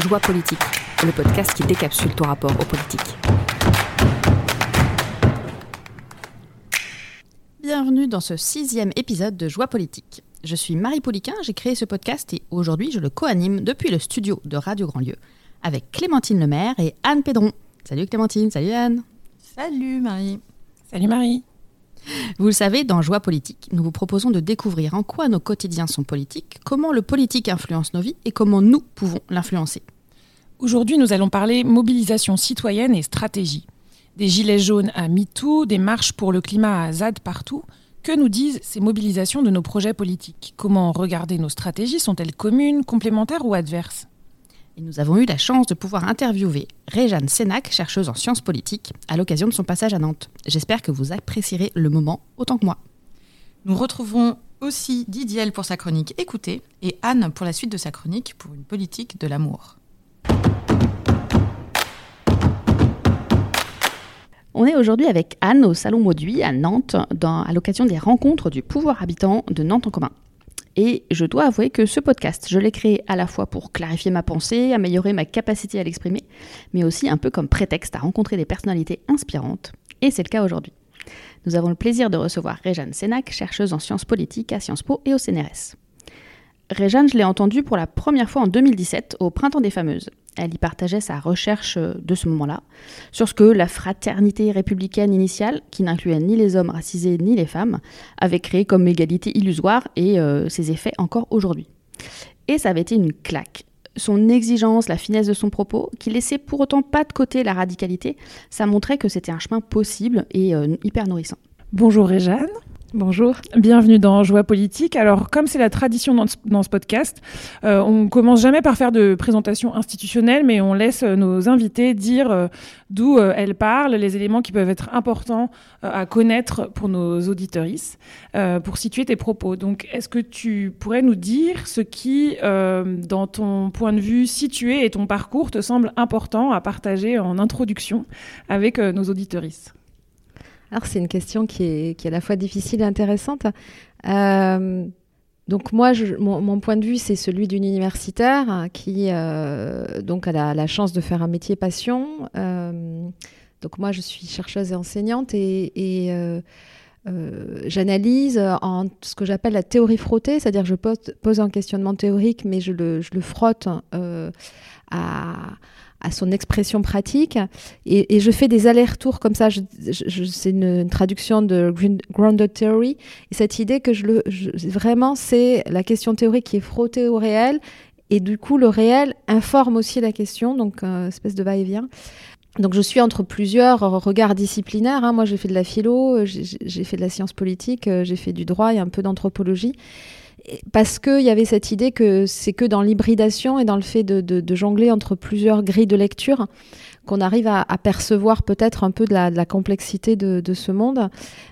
Joie politique, le podcast qui décapsule ton rapport aux politiques. Bienvenue dans ce 6e épisode de Joie politique. Je suis Marie Pouliquin, j'ai créé ce podcast et aujourd'hui je le co-anime depuis le studio de Radio Grandlieu avec Clémentine Lemaire et Anne Pédron. Salut Clémentine, salut Anne. Salut Marie. Salut Marie. Vous le savez, dans Joie politique, nous vous proposons de découvrir en quoi nos quotidiens sont politiques, comment le politique influence nos vies et comment nous pouvons l'influencer. Aujourd'hui, nous allons parler mobilisation citoyenne et stratégie. Des gilets jaunes à MeToo, des marches pour le climat à ZAD partout. Que nous disent ces mobilisations de nos projets politiques ? Comment regarder nos stratégies ? Sont-elles communes, complémentaires ou adverses ? Et nous avons eu la chance de pouvoir interviewer Réjeanne Sénac, chercheuse en sciences politiques, à l'occasion de son passage à Nantes. J'espère que vous apprécierez le moment autant que moi. Nous retrouvons aussi Didier pour sa chronique Écoutez et Anne pour la suite de sa chronique pour une politique de l'amour. On est aujourd'hui avec Anne au Salon Mauduit à Nantes, à l'occasion des rencontres du pouvoir habitant de Nantes en commun. Et je dois avouer que ce podcast, je l'ai créé à la fois pour clarifier ma pensée, améliorer ma capacité à l'exprimer, mais aussi un peu comme prétexte à rencontrer des personnalités inspirantes. Et c'est le cas aujourd'hui. Nous avons le plaisir de recevoir Réjeanne Sénac, chercheuse en sciences politiques à Sciences Po et au CNRS. Réjeanne, je l'ai entendue pour la première fois en 2017, au Printemps des Fameuses. Elle y partageait sa recherche de ce moment-là sur ce que la fraternité républicaine initiale, qui n'incluait ni les hommes racisés ni les femmes, avait créé comme égalité illusoire et ses effets encore aujourd'hui. Et ça avait été une claque. Son exigence, la finesse de son propos, qui laissait pour autant pas de côté la radicalité, ça montrait que c'était un chemin possible et hyper nourrissant. Bonjour Réjeanne. Bonjour. Bienvenue dans Joie politique. Alors, comme c'est la tradition dans ce podcast, on commence jamais par faire de présentation institutionnelle, mais on laisse nos invités dire d'où elles parlent, les éléments qui peuvent être importants à connaître pour nos auditorices, pour situer tes propos. Donc, est-ce que tu pourrais nous dire ce qui, dans ton point de vue situé et ton parcours, te semble important à partager en introduction avec nos auditorices ? Alors, c'est une question qui est à la fois difficile et intéressante. Donc moi, mon point de vue, c'est celui d'une universitaire qui donc a la chance de faire un métier passion. Donc moi, je suis chercheuse et enseignante et j'analyse en ce que j'appelle la théorie frottée, c'est-à-dire que je pose un questionnement théorique, mais je le frotte à son expression pratique et je fais des allers-retours comme ça. C'est une traduction de Grounded Theory et cette idée que vraiment c'est la question théorique qui est frottée au réel et du coup le réel informe aussi la question, donc espèce de va-et-vient. Donc je suis entre plusieurs regards disciplinaires, hein. Moi j'ai fait de la philo, j'ai fait de la science politique, j'ai fait du droit et un peu d'anthropologie. Parce qu'il y avait cette idée que c'est que dans l'hybridation et dans le fait de jongler entre plusieurs grilles de lecture qu'on arrive à percevoir peut-être un peu de la complexité de ce monde.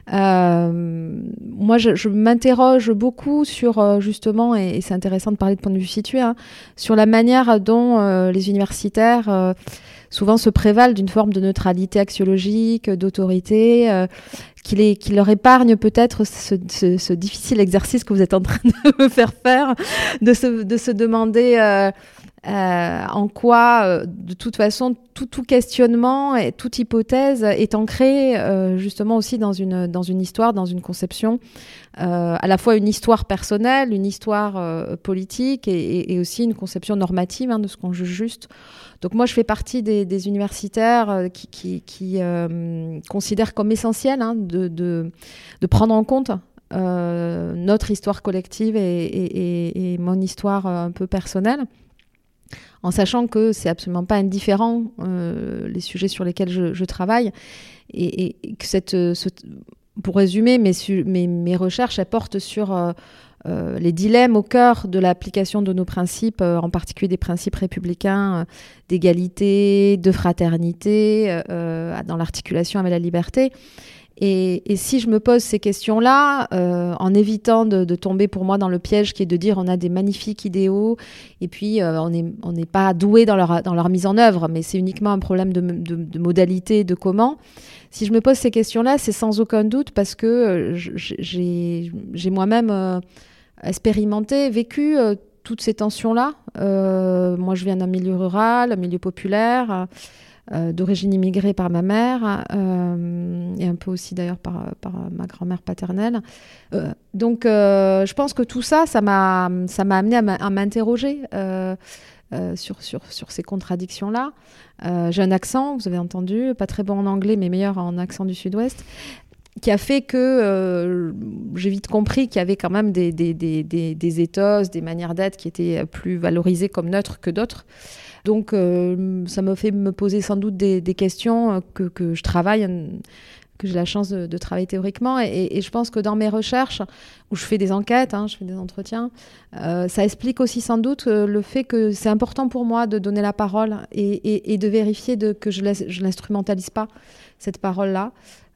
Moi, je m'interroge beaucoup sur, justement, et c'est intéressant de parler de point de vue situé, hein, sur la manière dont les universitaires souvent se prévalent d'une forme de neutralité axiologique, d'autorité, qui leur épargne peut-être ce difficile exercice que vous êtes en train de me faire, de se demander en quoi, de toute façon, tout questionnement et toute hypothèse est ancrée justement aussi dans une histoire, dans une conception, à la fois une histoire personnelle, une histoire politique et aussi une conception normative, hein, de ce qu'on juge juste. Donc moi, je fais partie des universitaires qui considèrent comme essentiel, hein, de prendre en compte notre histoire collective et mon histoire un peu personnelle, en sachant que c'est absolument pas indifférent les sujets sur lesquels je travaille et que pour résumer, mes recherches elles portent sur les dilemmes au cœur de l'application de nos principes, en particulier des principes républicains d'égalité, de fraternité, dans l'articulation avec la liberté. Et si je me pose ces questions-là, en évitant de tomber pour moi dans le piège qui est de dire on a des magnifiques idéaux et puis on n'est pas doué dans leur mise en œuvre, mais c'est uniquement un problème de modalité, de comment. Si je me pose ces questions-là, c'est sans aucun doute parce que j'ai moi-même expérimenté, vécu toutes ces tensions-là. Moi, je viens d'un milieu rural, un milieu populaire, d'origine immigrée par ma mère, et un peu aussi d'ailleurs par ma grand-mère paternelle. Donc, je pense que tout ça, ça m'a amené à m'interroger sur ces contradictions-là. J'ai un accent, vous avez entendu, pas très bon en anglais, mais meilleur en accent du Sud-Ouest, qui a fait que j'ai vite compris qu'il y avait quand même des ethos, des manières d'être qui étaient plus valorisées comme neutres que d'autres. Donc, ça m'a fait me poser sans doute des questions que je travaille, que j'ai la chance de travailler théoriquement. Et je pense que dans mes recherches, où je fais des enquêtes, je fais des entretiens, ça explique aussi sans doute le fait que c'est important pour moi de donner la parole et de vérifier que je n'instrumentalise pas cette parole-là.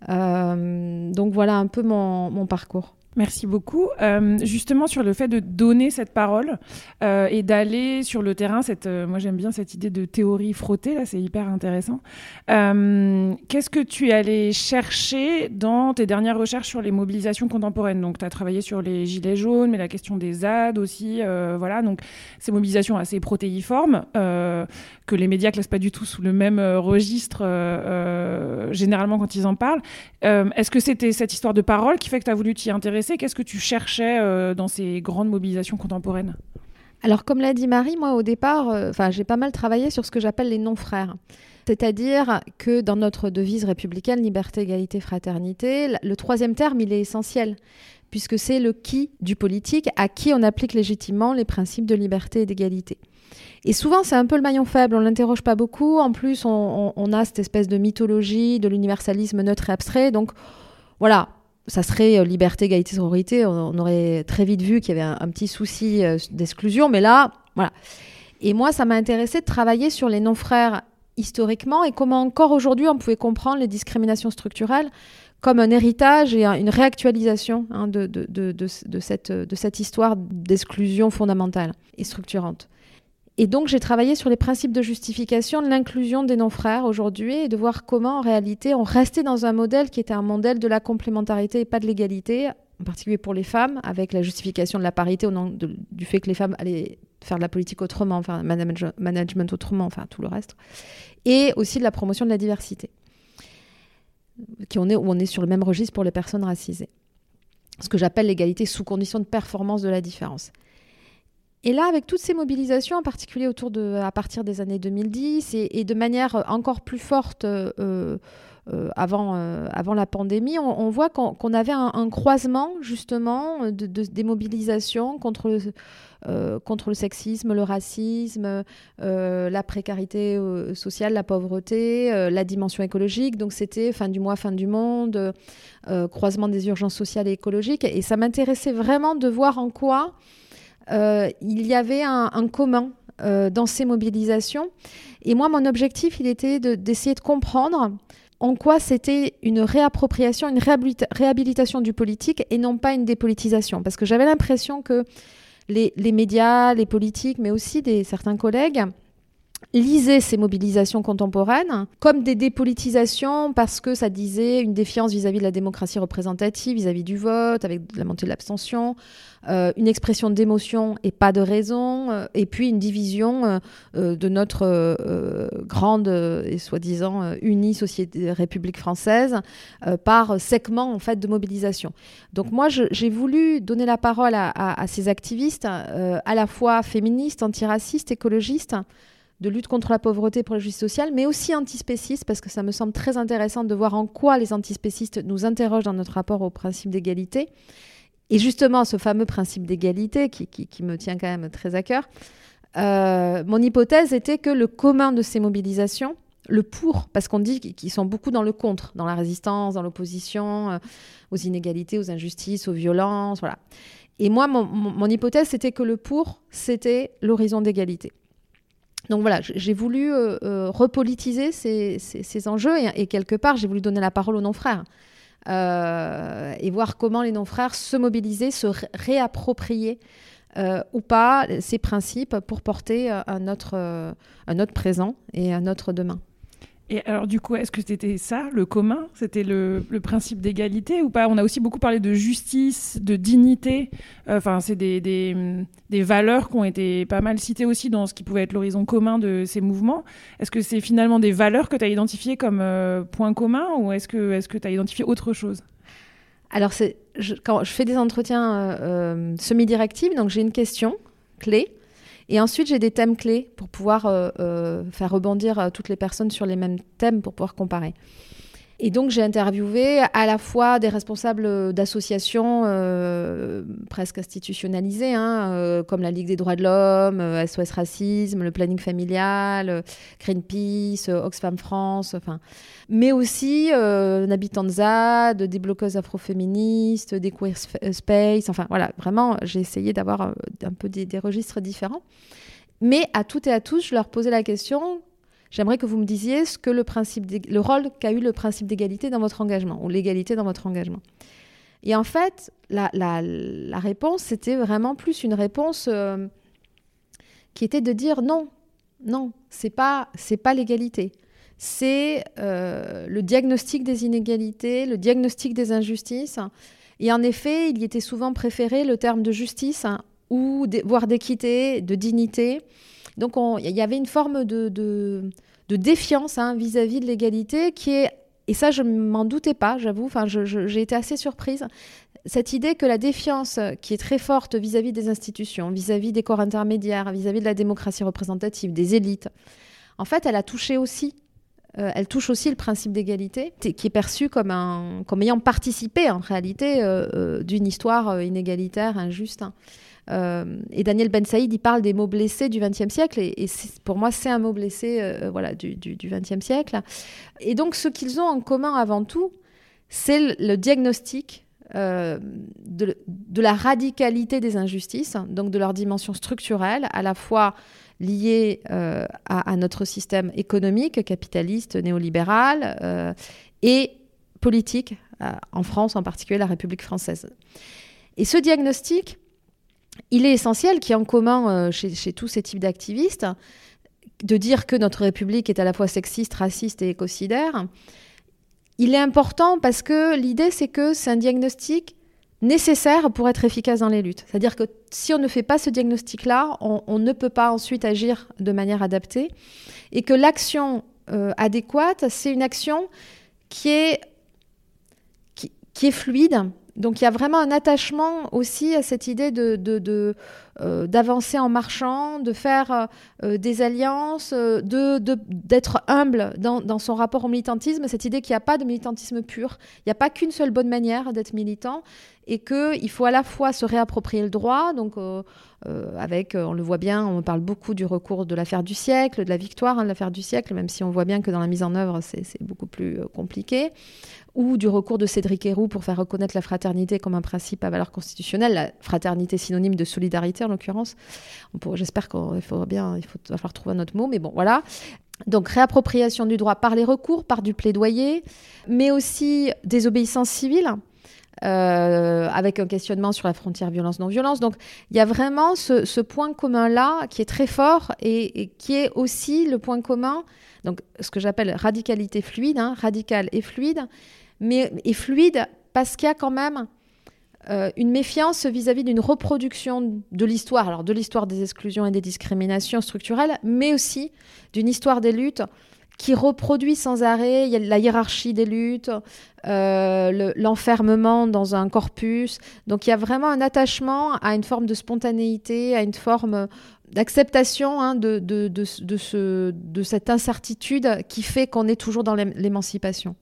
Donc voilà un peu mon parcours. Merci beaucoup. Justement, sur le fait de donner cette parole et d'aller sur le terrain, moi j'aime bien cette idée de théorie frottée, là c'est hyper intéressant. Qu'est-ce que tu es allé chercher dans tes dernières recherches sur les mobilisations contemporaines ? Donc tu as travaillé sur les gilets jaunes, mais la question des ZAD aussi, voilà, donc ces mobilisations assez protéiformes, que les médias ne classent pas du tout sous le même registre généralement quand ils en parlent. Est-ce que c'était cette histoire de parole qui fait que tu as voulu t'y intéresser ? Qu'est-ce que tu cherchais dans ces grandes mobilisations contemporaines ? Alors, comme l'a dit Marie, moi, au départ, j'ai pas mal travaillé sur ce que j'appelle les non-frères. C'est-à-dire que dans notre devise républicaine, liberté, égalité, fraternité, le troisième terme, il est essentiel, puisque c'est le qui du politique, à qui on applique légitimement les principes de liberté et d'égalité. Et souvent, c'est un peu le maillon faible, on ne l'interroge pas beaucoup. En plus, on a cette espèce de mythologie, de l'universalisme neutre et abstrait. Donc, voilà. Ça serait liberté, égalité, sororité. On aurait très vite vu qu'il y avait un petit souci d'exclusion. Mais là, voilà. Et moi, ça m'a intéressé de travailler sur les non-frères historiquement et comment encore aujourd'hui on pouvait comprendre les discriminations structurelles comme un héritage et une réactualisation de cette histoire d'exclusion fondamentale et structurante. Et donc, j'ai travaillé sur les principes de justification de l'inclusion des non-frères aujourd'hui et de voir comment, en réalité, on restait dans un modèle qui était un modèle de la complémentarité et pas de l'égalité, en particulier pour les femmes, avec la justification de la parité au nom du fait que les femmes allaient faire de la politique autrement, faire management autrement, enfin tout le reste, et aussi de la promotion de la diversité, où on est sur le même registre pour les personnes racisées. Ce que j'appelle l'égalité sous condition de performance de la différence. Et là, avec toutes ces mobilisations, en particulier à partir des années 2010 et de manière encore plus forte avant la pandémie, on voit qu'on avait un croisement justement des mobilisations contre le sexisme, le racisme, la précarité sociale, la pauvreté, la dimension écologique. Donc c'était fin du mois, fin du monde, croisement des urgences sociales et écologiques. Et ça m'intéressait vraiment de voir en quoi il y avait un commun dans ces mobilisations. Et moi, mon objectif, il était d'essayer de comprendre en quoi c'était une réappropriation, une réhabilitation du politique et non pas une dépolitisation. Parce que j'avais l'impression que les médias, les politiques, mais aussi certains collègues lisaient ces mobilisations contemporaines comme des dépolitisations parce que ça disait une défiance vis-à-vis de la démocratie représentative, vis-à-vis du vote, avec la montée de l'abstention, une expression d'émotion et pas de raison, et puis une division de notre grande et soi-disant unie République française par segment en fait, de mobilisation. Donc moi, j'ai voulu donner la parole à ces activistes, à la fois féministes, antiracistes, écologistes, de lutte contre la pauvreté pour la justice sociale, mais aussi antispécistes, parce que ça me semble très intéressant de voir en quoi les antispécistes nous interrogent dans notre rapport au principe d'égalité. Et justement, ce fameux principe d'égalité, qui me tient quand même très à cœur, mon hypothèse était que le commun de ces mobilisations, le pour, parce qu'on dit qu'ils sont beaucoup dans le contre, dans la résistance, dans l'opposition, aux inégalités, aux injustices, aux violences, voilà. Et moi, mon hypothèse, c'était que le pour, c'était l'horizon d'égalité. Donc voilà, j'ai voulu repolitiser ces enjeux et quelque part, j'ai voulu donner la parole aux non-frères et voir comment les non-frères se mobilisaient, se réappropriaient ou pas ces principes pour porter un autre présent et un autre demain. Et alors du coup, est-ce que c'était ça, le commun? C'était le principe d'égalité ou pas? On a aussi beaucoup parlé de justice, de dignité. Enfin, c'est des valeurs qui ont été pas mal citées aussi dans ce qui pouvait être l'horizon commun de ces mouvements. Est-ce que c'est finalement des valeurs que tu as identifiées comme point commun ou est-ce que tu as identifié autre chose? Alors, quand je fais des entretiens semi-directifs, donc j'ai une question clé. Et ensuite, j'ai des thèmes clés pour pouvoir faire rebondir toutes les personnes sur les mêmes thèmes pour pouvoir comparer. Et donc, j'ai interviewé à la fois des responsables d'associations presque institutionnalisées, comme la Ligue des droits de l'homme, SOS Racisme, le Planning familial, Greenpeace, Oxfam France, mais aussi Nabitan ZAD, des bloqueuses afroféministes, des Queer Space, voilà, vraiment, j'ai essayé d'avoir un peu des registres différents. Mais à toutes et à tous, je leur posais la question... J'aimerais que vous me disiez le rôle qu'a eu le principe d'égalité dans votre engagement, ou l'égalité dans votre engagement. Et en fait, la réponse, c'était vraiment plus une réponse qui était de dire non, c'est pas l'égalité. C'est le diagnostic des inégalités, le diagnostic des injustices. Et en effet, il y était souvent préféré le terme de justice, ou voire d'équité, de dignité. Donc, il y avait une forme de défiance vis-à-vis de l'égalité qui est, et ça, je ne m'en doutais pas, j'avoue, j'ai été assez surprise, cette idée que la défiance qui est très forte vis-à-vis des institutions, vis-à-vis des corps intermédiaires, vis-à-vis de la démocratie représentative, des élites, en fait, elle a touché aussi. Elle touche aussi le principe d'égalité, qui est perçu comme ayant participé, en réalité, d'une histoire inégalitaire, injuste. Et Daniel Ben Saïd, il parle des mots blessés du XXe siècle, et pour moi, c'est un mot blessé du XXe siècle. Et donc, ce qu'ils ont en commun avant tout, c'est le diagnostic de la radicalité des injustices, donc de leur dimension structurelle, à la fois liée à notre système économique, capitaliste, néolibéral, et politique, en France, en particulier la République française. Et ce diagnostic, il est essentiel, qui est en commun chez tous ces types d'activistes, de dire que notre République est à la fois sexiste, raciste et écocidaire. Il est important parce que l'idée, c'est que c'est un diagnostic nécessaire pour être efficace dans les luttes. C'est-à-dire que si on ne fait pas ce diagnostic-là, on ne peut pas ensuite agir de manière adaptée. Et que l'action adéquate, c'est une action qui est fluide. Donc, il y a vraiment un attachement aussi à cette idée d'avancer en marchant, de faire des alliances, d'être humble dans son rapport au militantisme. Cette idée qu'il n'y a pas de militantisme pur. Il n'y a pas qu'une seule bonne manière d'être militant et qu'il faut à la fois se réapproprier le droit. Donc, on le voit bien, on parle beaucoup du recours de l'affaire du siècle, de la victoire de l'affaire du siècle, même si on voit bien que dans la mise en œuvre, c'est beaucoup plus compliqué. Ou du recours de Cédric Herrou pour faire reconnaître la fraternité comme un principe à valeur constitutionnelle, la fraternité synonyme de solidarité en l'occurrence. J'espère qu'il va falloir trouver un autre mot, mais bon, voilà. Donc, réappropriation du droit par les recours, par du plaidoyer, mais aussi désobéissance civile, avec un questionnement sur la frontière violence-non-violence. Donc, il y a vraiment ce point commun-là qui est très fort et qui est aussi le point commun, donc ce que j'appelle radicalité fluide, radicale et fluide, mais fluide parce qu'il y a quand même une méfiance vis-à-vis d'une reproduction de l'histoire, alors de l'histoire des exclusions et des discriminations structurelles, mais aussi d'une histoire des luttes qui reproduit sans arrêt la hiérarchie des luttes, l'enfermement dans un corpus. Donc il y a vraiment un attachement à une forme de spontanéité, à une forme d'acceptation de cette incertitude qui fait qu'on est toujours dans l'émancipation.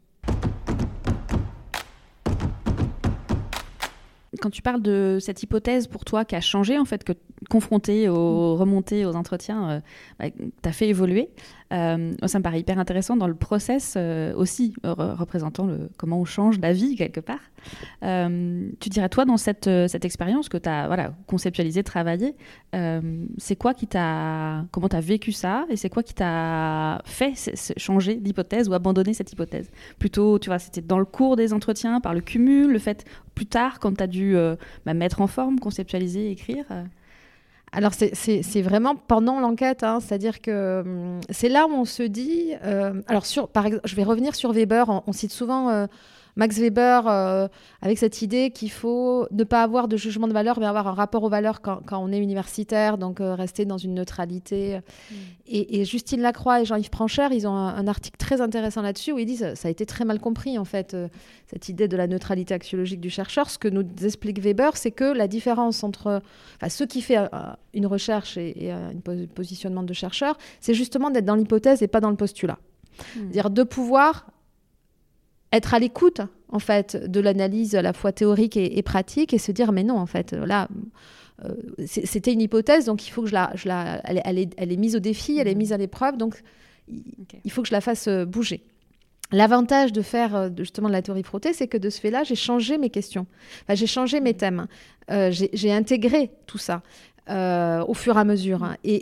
Quand tu parles de cette hypothèse pour toi qui a changé, en fait, que confrontée aux remontées, aux entretiens, t'as fait évoluer, ça me paraît hyper intéressant dans le process aussi, représentant comment on change d'avis quelque part. Tu dirais, toi, dans cette expérience que tu as conceptualisée, travaillée, c'est quoi comment tu as vécu ça et c'est quoi qui t'a fait changer d'hypothèse ou abandonner cette hypothèse? Plutôt, tu vois, c'était dans le cours des entretiens, par le cumul, le fait plus tard, quand tu as dû mettre en forme, conceptualiser, écrire Alors, c'est vraiment pendant l'enquête, hein, c'est-à-dire que c'est là où on se dit... alors, par exemple, je vais revenir sur Weber. On cite souvent Max Weber avec cette idée qu'il faut ne pas avoir de jugement de valeur, mais avoir un rapport aux valeurs quand on est universitaire, donc rester dans une neutralité. Et Justine Lacroix et Jean-Yves Pranchère, ils ont un article très intéressant là-dessus où ils disent ça a été très mal compris, en fait, cette idée de la neutralité axiologique du chercheur. Ce que nous explique Weber, c'est que la différence entre ce qui fait une recherche et un positionnement de chercheur, c'est justement d'être dans l'hypothèse et pas dans le postulat. C'est-à-dire de pouvoir être à l'écoute, en fait, de l'analyse à la fois théorique et pratique et se dire, mais non, en fait, là, c'était une hypothèse, donc il faut que elle est mise au défi, elle est mise à l'épreuve, donc il faut que je la fasse bouger. L'avantage de faire justement de la théorie frottée, c'est que de ce fait-là, j'ai changé mes questions. Enfin, j'ai changé mes thèmes. J'ai intégré tout ça. Au fur et à mesure.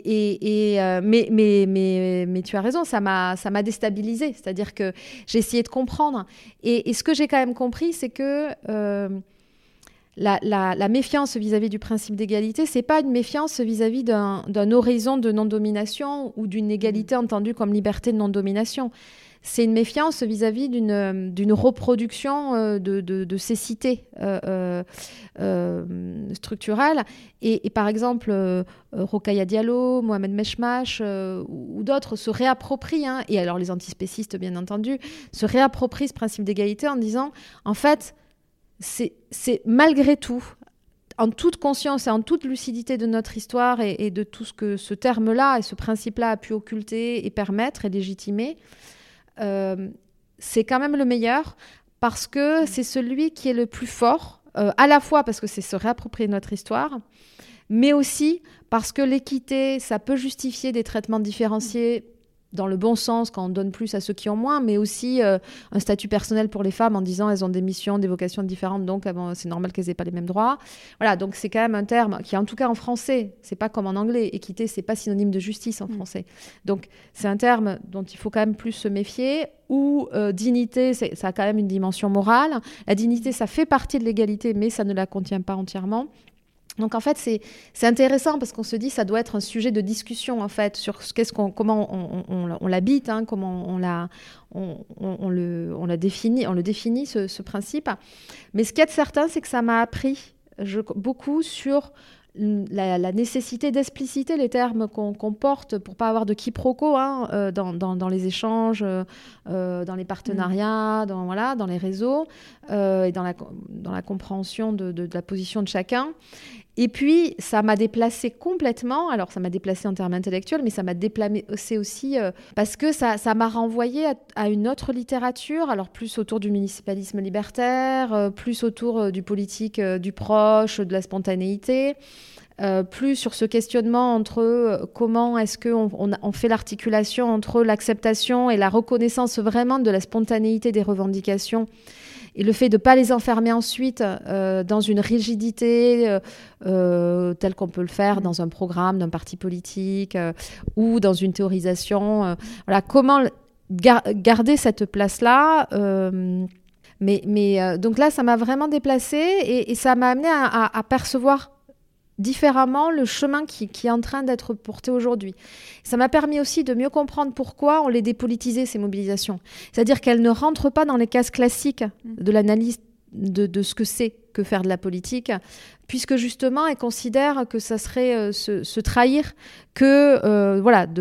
Mais tu as raison, ça m'a déstabilisée. C'est-à-dire que j'ai essayé de comprendre. Et ce que j'ai quand même compris, c'est que la méfiance vis-à-vis du principe d'égalité, c'est pas une méfiance vis-à-vis d'un horizon de non-domination ou d'une égalité entendue comme liberté de non-domination. C'est une méfiance vis-à-vis d'une reproduction de cécité structurelle. Et par exemple, Rokhaya Diallo, Mohamed Meshmash ou d'autres se réapproprient, et alors les antispécistes bien entendu, se réapproprient ce principe d'égalité en disant, en fait, c'est malgré tout, en toute conscience et en toute lucidité de notre histoire et de tout ce que ce terme-là et ce principe-là a pu occulter et permettre et légitimer, c'est quand même le meilleur parce que c'est celui qui est le plus fort, à la fois parce que c'est se réapproprier notre histoire, mais aussi parce que l'équité, ça peut justifier des traitements différenciés dans le bon sens quand on donne plus à ceux qui ont moins, mais aussi un statut personnel pour les femmes en disant elles ont des missions, des vocations différentes, donc c'est normal qu'elles aient pas les mêmes droits. Voilà, donc c'est quand même un terme qui, en tout cas en français, c'est pas comme en anglais. Équité, c'est pas synonyme de justice en français. Donc c'est un terme dont il faut quand même plus se méfier. Ou dignité, ça a quand même une dimension morale. La dignité, ça fait partie de l'égalité, mais ça ne la contient pas entièrement. Donc en fait c'est intéressant parce qu'on se dit ça doit être un sujet de discussion en fait sur comment on l'habite, comment on le définit ce principe. Mais ce qu'il y a de certain, c'est que ça m'a appris beaucoup sur la nécessité d'expliciter les termes qu'on porte pour pas avoir de quiproquo dans les échanges, dans les partenariats, dans les réseaux et dans la compréhension de la position de chacun. Et puis, ça m'a déplacée complètement. Alors, ça m'a déplacée en termes intellectuels, mais ça m'a déplacée aussi parce que ça m'a renvoyée à une autre littérature, alors plus autour du municipalisme libertaire, plus autour du politique du proche, de la spontanéité, plus sur ce questionnement entre comment est-ce qu'on fait l'articulation entre l'acceptation et la reconnaissance vraiment de la spontanéité des revendications et le fait de ne pas les enfermer ensuite dans une rigidité telle qu'on peut le faire dans un programme d'un parti politique ou dans une théorisation. Voilà, comment garder cette place-là donc là, ça m'a vraiment déplacée et ça m'a amené à percevoir différemment le chemin qui est en train d'être porté aujourd'hui. Ça m'a permis aussi de mieux comprendre pourquoi on les dépolitisait, ces mobilisations. C'est-à-dire qu'elles ne rentrent pas dans les cases classiques de l'analyse de ce que c'est que faire de la politique, puisque justement, elles considèrent que ça serait se trahir que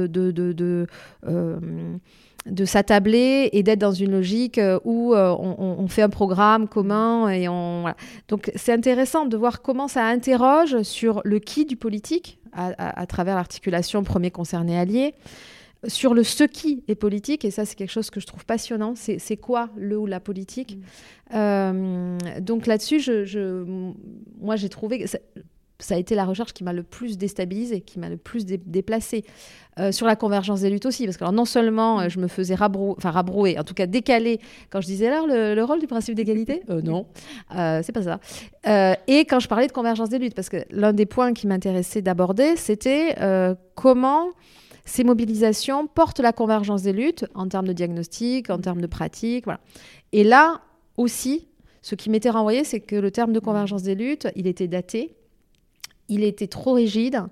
de s'attabler et d'être dans une logique où on fait un programme commun et voilà. Donc c'est intéressant de voir comment ça interroge sur le qui du politique à travers l'articulation premier concerné allié, sur le ce qui est politique, et ça c'est quelque chose que je trouve passionnant, c'est quoi le ou la politique. Donc là-dessus, moi j'ai trouvé que ça a été la recherche qui m'a le plus déstabilisée, qui m'a le plus déplacée. Sur la convergence des luttes aussi, parce que alors, non seulement je me faisais rabrouer, en tout cas décaler, quand je disais alors le rôle du principe d'égalité, non, c'est pas ça. Et quand je parlais de convergence des luttes, parce que l'un des points qui m'intéressait d'aborder, c'était comment ces mobilisations portent la convergence des luttes en termes de diagnostic, en termes de pratique, voilà. Et là aussi, ce qui m'était renvoyé, c'est que le terme de convergence des luttes, il était daté. il était trop rigide.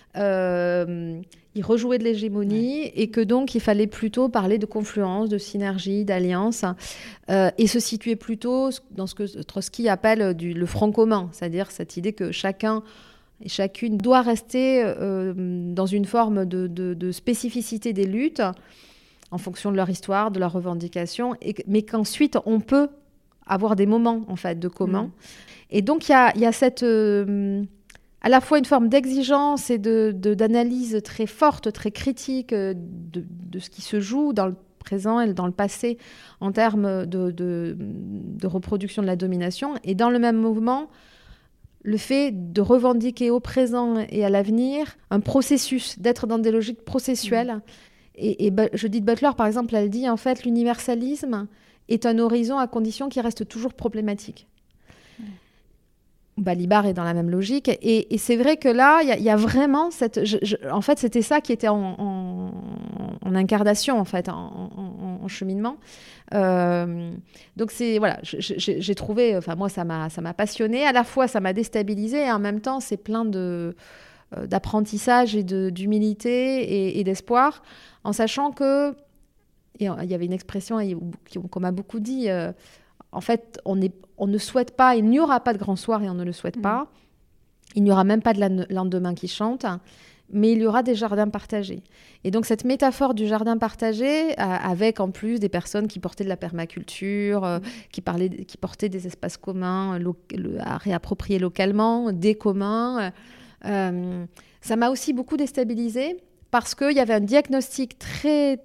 Il rejouait de l'hégémonie et que donc il fallait plutôt parler de confluence, de synergie, d'alliance et se situer plutôt dans ce que Trotsky appelle le front commun, c'est-à-dire cette idée que chacun et chacune doit rester dans une forme de spécificité des luttes en fonction de leur histoire, de leurs revendications, mais qu'ensuite on peut avoir des moments en fait de commun. Et donc il y a cette à la fois une forme d'exigence et d'analyse très forte, très critique de ce qui se joue dans le présent et dans le passé en termes de reproduction de la domination. Et dans le même mouvement, le fait de revendiquer au présent et à l'avenir un processus, d'être dans des logiques processuelles. Et Judith Butler, par exemple, elle dit en fait l'universalisme est un horizon à condition qu'il reste toujours problématique. Balibar est dans la même logique. Et c'est vrai que là, il y a vraiment cette... en fait, c'était ça qui était en incarnation, en fait, en cheminement. Donc, voilà, j'ai trouvé... Enfin, moi, ça m'a passionnée. À la fois, ça m'a déstabilisée. Et en même temps, c'est plein d'apprentissage et d'humilité et d'espoir. En sachant que... Et il y avait une expression qu'on m'a beaucoup dit... En fait, on ne souhaite pas, il n'y aura pas de grand soir et on ne le souhaite pas. Il n'y aura même pas de lendemain qui chante, mais il y aura des jardins partagés. Et donc, cette métaphore du jardin partagé, avec en plus des personnes qui portaient de la permaculture, qui portaient des espaces communs à réapproprier localement, des communs, ça m'a aussi beaucoup déstabilisée parce qu'il y avait un diagnostic très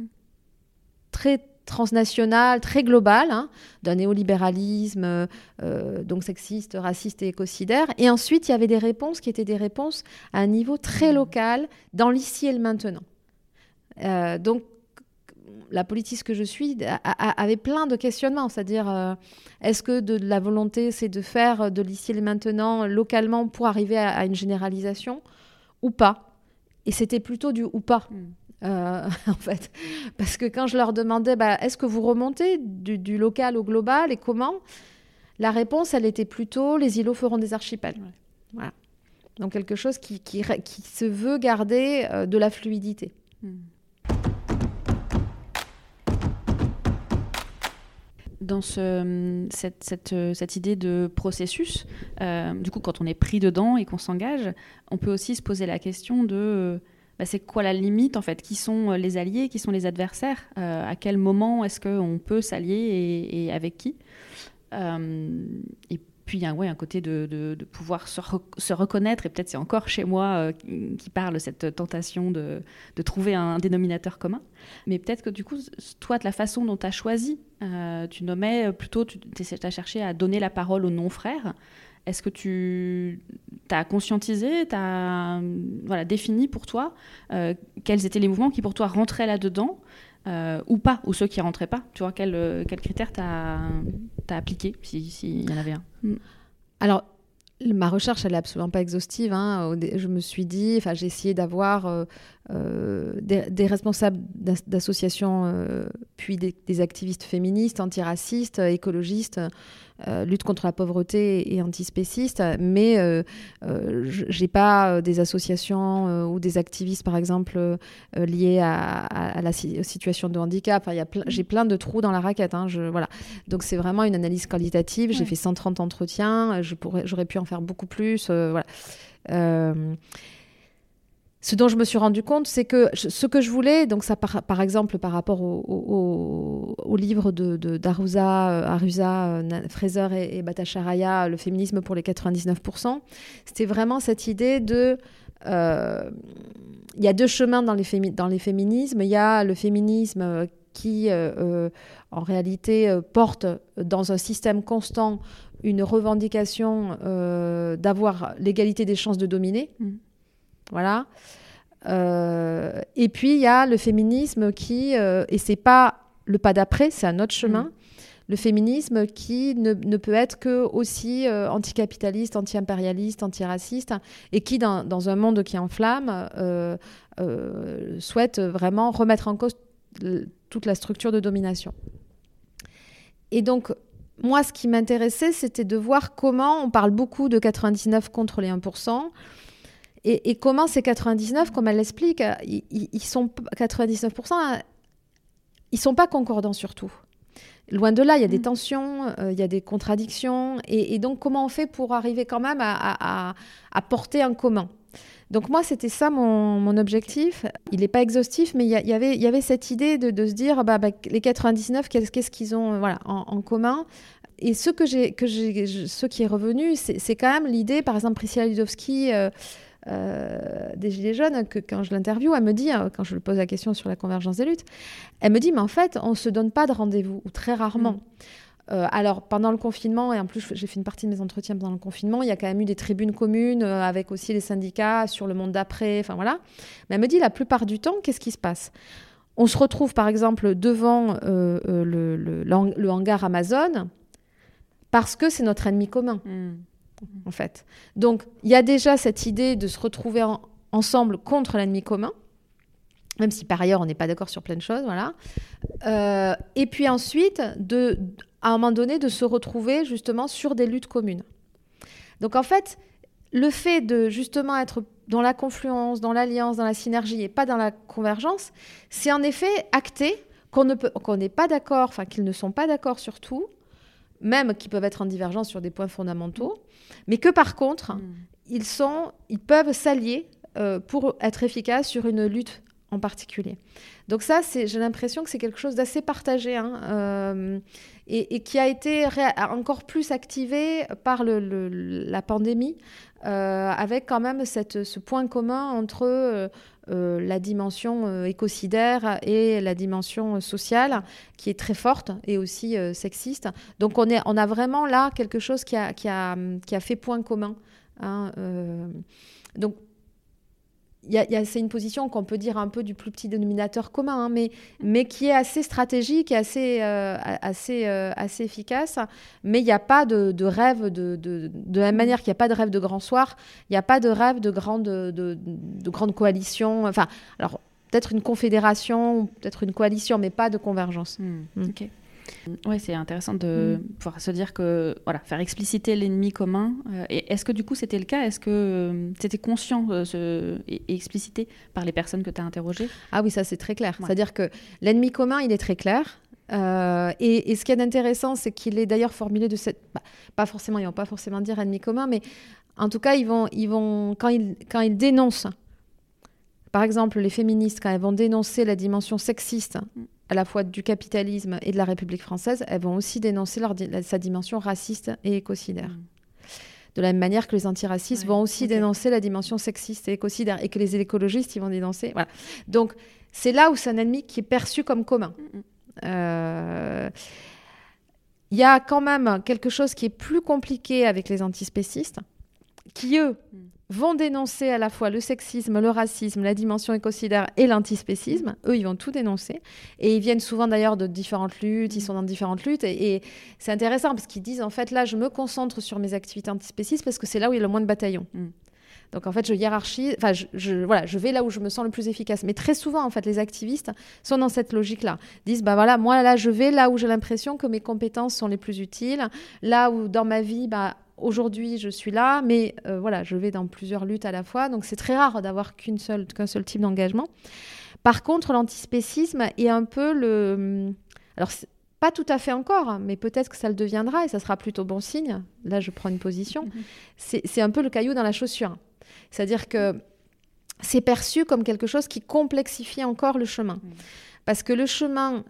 transnational, très global, d'un néolibéralisme donc sexiste, raciste et écocidaire. Et ensuite, il y avait des réponses qui étaient des réponses à un niveau très local, dans l'ici et le maintenant. Donc, la politiste que je suis avait plein de questionnements, c'est-à-dire est-ce que de la volonté, c'est de faire de l'ici et le maintenant localement pour arriver à une généralisation ou pas? Et c'était plutôt du ou pas. En fait, parce que quand je leur demandais est-ce que vous remontez du local au global et comment, la réponse elle était plutôt les îlots feront des archipels. Voilà. Donc quelque chose qui se veut garder de la fluidité. Dans cette idée de processus, du coup quand on est pris dedans et qu'on s'engage, on peut aussi se poser la question de c'est quoi la limite en fait? Qui sont les alliés? Qui sont les adversaires? À quel moment est-ce qu'on peut s'allier et avec qui? Et puis il y a un côté de pouvoir se reconnaître, et peut-être c'est encore chez moi qui parle cette tentation de trouver un dénominateur commun. Mais peut-être que du coup, toi, de la façon dont tu as choisi, tu nommais plutôt, tu as cherché à donner la parole aux non-frères. Est-ce que tu as conscientisé, tu as défini pour toi quels étaient les mouvements qui pour toi rentraient là-dedans ou pas, ou ceux qui ne rentraient pas? Tu vois, quels critères tu as appliqué, s'il y en avait un? Alors, ma recherche, elle n'est absolument pas exhaustive. Je me suis dit, j'ai essayé d'avoir des responsables d'associations, puis des activistes féministes, antiracistes, écologistes, lutte contre la pauvreté et antispécistes, mais j'ai pas des associations ou des activistes, par exemple, liés à la situation de handicap. J'ai plein de trous dans la raquette. Voilà. Donc c'est vraiment une analyse qualitative. J'ai fait 130 entretiens. J'aurais pu en faire beaucoup plus. Voilà. Ce dont je me suis rendu compte, c'est que ce que je voulais, donc ça par exemple par rapport au livre d'Arusa, Fraser et Bhattacharya, Le féminisme pour les 99%, c'était vraiment cette idée de... Il y a deux chemins dans les féminismes. Il y a le féminisme qui, en réalité, porte dans un système constant une revendication d'avoir l'égalité des chances de dominer. Voilà. Et puis, il y a le féminisme qui, et c'est pas le pas d'après, c'est un autre chemin, le féminisme qui ne peut être que aussi anticapitaliste, anti-impérialiste, antiraciste, et qui, dans un monde qui est en flammes, souhaite vraiment remettre en cause toute la structure de domination. Et donc, moi, ce qui m'intéressait, c'était de voir comment on parle beaucoup de 99 contre les 1%. Et comment ces 99, comme elle l'explique, ils sont 99%, ils sont pas concordants sur tout. Loin de là, il y a des tensions, il y a des contradictions. Et donc, comment on fait pour arriver quand même à porter un commun ? Donc moi, c'était ça mon objectif. Il n'est pas exhaustif, mais il y avait cette idée de se dire, les 99, qu'est-ce qu'ils ont en commun ? Et ce qui est revenu, c'est quand même l'idée, par exemple, Priscilla Ludowski, des Gilets jaunes, que quand je l'interviewe, elle me dit, quand je lui pose la question sur la convergence des luttes, elle me dit, mais en fait, on ne se donne pas de rendez-vous, ou très rarement. Alors, pendant le confinement, et en plus, j'ai fait une partie de mes entretiens pendant le confinement, il y a quand même eu des tribunes communes avec aussi les syndicats sur le monde d'après, enfin voilà. Mais elle me dit, la plupart du temps, qu'est-ce qui se passe ? On se retrouve, par exemple, devant le hangar Amazon, parce que c'est notre ennemi commun. En fait. Donc, il y a déjà cette idée de se retrouver ensemble contre l'ennemi commun, même si par ailleurs on n'est pas d'accord sur plein de choses, voilà. Et puis ensuite, à un moment donné, de se retrouver justement sur des luttes communes. Donc en fait, le fait de justement être dans la confluence, dans l'alliance, dans la synergie et pas dans la convergence, c'est en effet acté qu'on n'est pas d'accord, enfin qu'ils ne sont pas d'accord sur tout, même qu'ils peuvent être en divergence sur des points fondamentaux, mais que par contre, ils peuvent s'allier pour être efficaces sur une lutte en particulier. Donc ça, j'ai l'impression que c'est quelque chose d'assez partagé et qui a été encore plus activé par la pandémie, avec quand même ce point commun entre la dimension écocidaire et la dimension sociale qui est très forte et aussi sexiste. Donc on a vraiment là quelque chose qui a fait point commun. Donc c'est une position qu'on peut dire un peu du plus petit dénominateur commun, mais qui est assez stratégique et assez efficace. Mais il n'y a pas de rêve, de la même manière qu'il n'y a pas de rêve de grand soir, il n'y a pas de rêve de grande coalition. Enfin, alors peut-être une confédération, peut-être une coalition, mais pas de convergence. Ok. Ouais, c'est intéressant de pouvoir se dire que, faire expliciter l'ennemi commun. Et est-ce que du coup c'était le cas ? Est-ce que c'était conscient et explicité par les personnes que tu as interrogées ? Ah oui, ça c'est très clair. Ouais. C'est-à-dire que l'ennemi commun, il est très clair. Et ce qui est intéressant, c'est qu'il est d'ailleurs formulé de cette... pas forcément, ils vont pas forcément dire ennemi commun, mais en tout cas, ils vont quand ils dénoncent, par exemple les féministes, quand elles vont dénoncer la dimension sexiste à la fois du capitalisme et de la République française, elles vont aussi dénoncer sa dimension raciste et écocidaire. De la même manière que les antiracistes vont aussi dénoncer la dimension sexiste et écocidaire, et que les écologistes, ils vont dénoncer... Voilà. Donc, c'est là où c'est un ennemi qui est perçu comme commun. Il y a quand même quelque chose qui est plus compliqué avec les antispécistes, qui, eux, vont dénoncer à la fois le sexisme, le racisme, la dimension écocidaire et l'antispécisme. Eux, ils vont tout dénoncer. Et ils viennent souvent d'ailleurs de différentes luttes, ils sont dans différentes luttes. Et c'est intéressant parce qu'ils disent, en fait, là, je me concentre sur mes activités antispécistes parce que c'est là où il y a le moins de bataillons. Donc, en fait, je hiérarchise, enfin, je vais là où je me sens le plus efficace. Mais très souvent, en fait, les activistes sont dans cette logique-là. Ils disent, moi, là, je vais là où j'ai l'impression que mes compétences sont les plus utiles. Là où, dans ma vie, aujourd'hui, je suis là, mais je vais dans plusieurs luttes à la fois. Donc, c'est très rare d'avoir qu'un seul type d'engagement. Par contre, l'antispécisme est un peu Alors, pas tout à fait encore, mais peut-être que ça le deviendra et ça sera plutôt bon signe. Là, je prends une position. C'est un peu le caillou dans la chaussure. C'est-à-dire que c'est perçu comme quelque chose qui complexifie encore le chemin. Parce que le chemin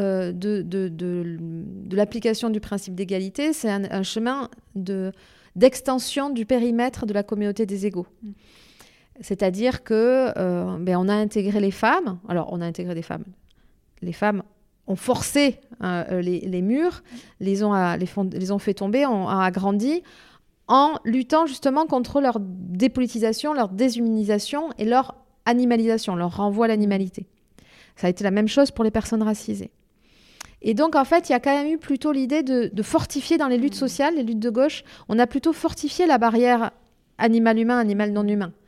de l'application du principe d'égalité, c'est un chemin d'extension du périmètre de la communauté des égaux. C'est-à-dire que on a intégré les femmes. Alors, on a intégré des femmes. Les femmes ont forcé les murs, les ont fait tomber, ont agrandi, en luttant justement contre leur dépolitisation, leur déshumanisation et leur animalisation, leur renvoi à l'animalité. Ça a été la même chose pour les personnes racisées. Et donc, en fait, il y a quand même eu plutôt l'idée de fortifier dans les luttes sociales, les luttes de gauche, on a plutôt fortifié la barrière animal-humain, animal-non-humain,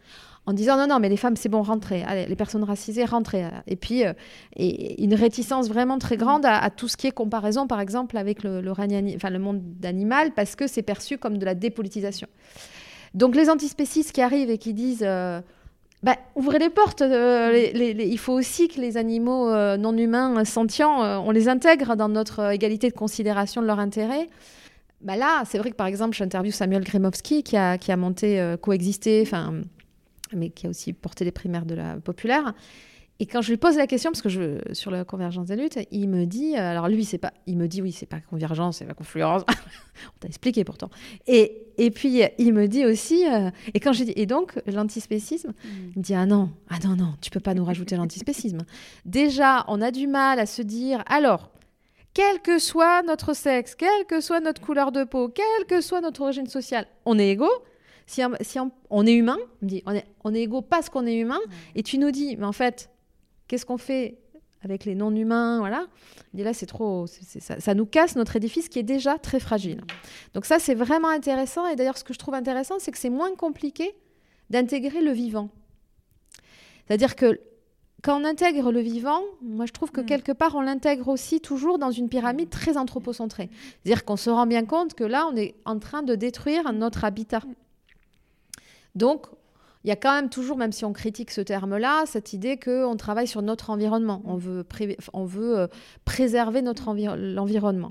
en disant non, mais les femmes, c'est bon, rentrez. Allez, les personnes racisées, rentrez. Et puis, et une réticence vraiment très grande à tout ce qui est comparaison, par exemple, avec le monde animal, parce que c'est perçu comme de la dépolitisation. Donc, les antispécistes qui arrivent et qui disent ouvrez les portes, il faut aussi que les animaux non humains, sentients, on les intègre dans notre égalité de considération de leur intérêt. Là, c'est vrai que, par exemple, j'interviewe Samuel Gremowski, qui a monté Coexister, mais qui a aussi porté les primaires de la populaire. Et quand je lui pose la question, parce que sur la convergence des luttes, il me dit, alors lui, il me dit, oui, c'est pas convergence, c'est pas confluence. On t'a expliqué pourtant. Et puis, il me dit aussi, et quand j'ai dit, et donc, l'antispécisme, il me dit, non, tu peux pas nous rajouter l'antispécisme. Déjà, on a du mal à se dire, alors, quel que soit notre sexe, quelle que soit notre couleur de peau, quelle que soit notre origine sociale, on est égaux. Si on est humain, il me dit, on est égaux parce qu'on est humain. Et tu nous dis, mais en fait, qu'est-ce qu'on fait avec les non-humains, voilà. Il dit là, c'est trop, ça nous casse notre édifice qui est déjà très fragile. Donc ça, c'est vraiment intéressant. Et d'ailleurs, ce que je trouve intéressant, c'est que c'est moins compliqué d'intégrer le vivant. C'est-à-dire que quand on intègre le vivant, moi, je trouve que quelque part, on l'intègre aussi toujours dans une pyramide très anthropocentrée. C'est-à-dire qu'on se rend bien compte que là, on est en train de détruire notre habitat. Donc, il y a quand même toujours, même si on critique ce terme-là, cette idée qu'on travaille sur notre environnement. On veut préserver l'environnement.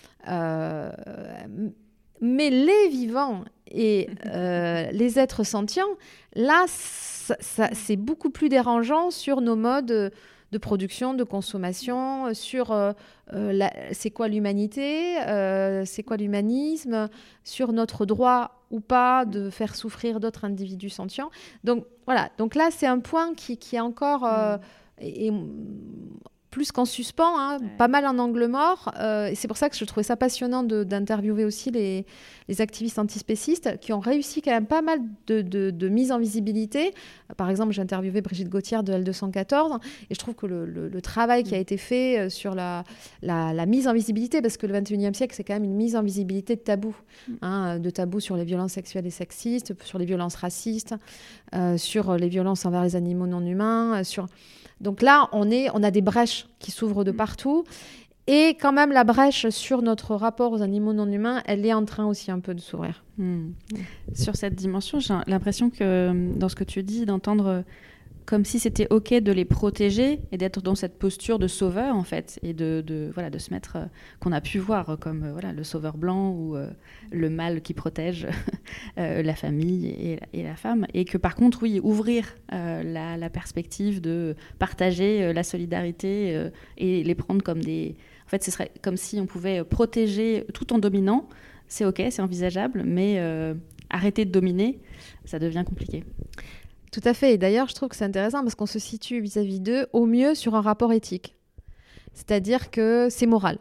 Mais les vivants et les êtres sentients, là, c'est beaucoup plus dérangeant sur nos modes de production, de consommation, sur c'est quoi l'humanité, c'est quoi l'humanisme, sur notre droit ou pas de faire souffrir d'autres individus sentients. Donc voilà, donc là c'est un point qui est encore plus qu'en suspens, pas mal en angle mort. Et c'est pour ça que je trouvais ça passionnant d'interviewer aussi les activistes antispécistes qui ont réussi quand même pas mal de mise en visibilité. Par exemple, j'ai interviewé Brigitte Gauthier de L214 et je trouve que le travail qui a été fait sur la mise en visibilité, parce que le 21e siècle, c'est quand même une mise en visibilité de tabous. De tabous sur les violences sexuelles et sexistes, sur les violences racistes, sur les violences envers les animaux non humains, Donc là, on a des brèches qui s'ouvrent de partout. Et quand même, la brèche sur notre rapport aux animaux non humains, elle est en train aussi un peu de s'ouvrir. Sur cette dimension, j'ai l'impression que dans ce que tu dis, d'entendre comme si c'était OK de les protéger et d'être dans cette posture de sauveur, en fait, et de se mettre, qu'on a pu voir comme le sauveur blanc ou le mâle qui protège la famille et la femme. Et que par contre, oui, ouvrir la perspective de partager la solidarité et les prendre comme des... En fait, ce serait comme si on pouvait protéger tout en dominant. C'est OK, c'est envisageable, mais arrêter de dominer, ça devient compliqué. Tout à fait. Et d'ailleurs, je trouve que c'est intéressant parce qu'on se situe vis-à-vis d'eux au mieux sur un rapport éthique. C'est-à-dire que c'est moral.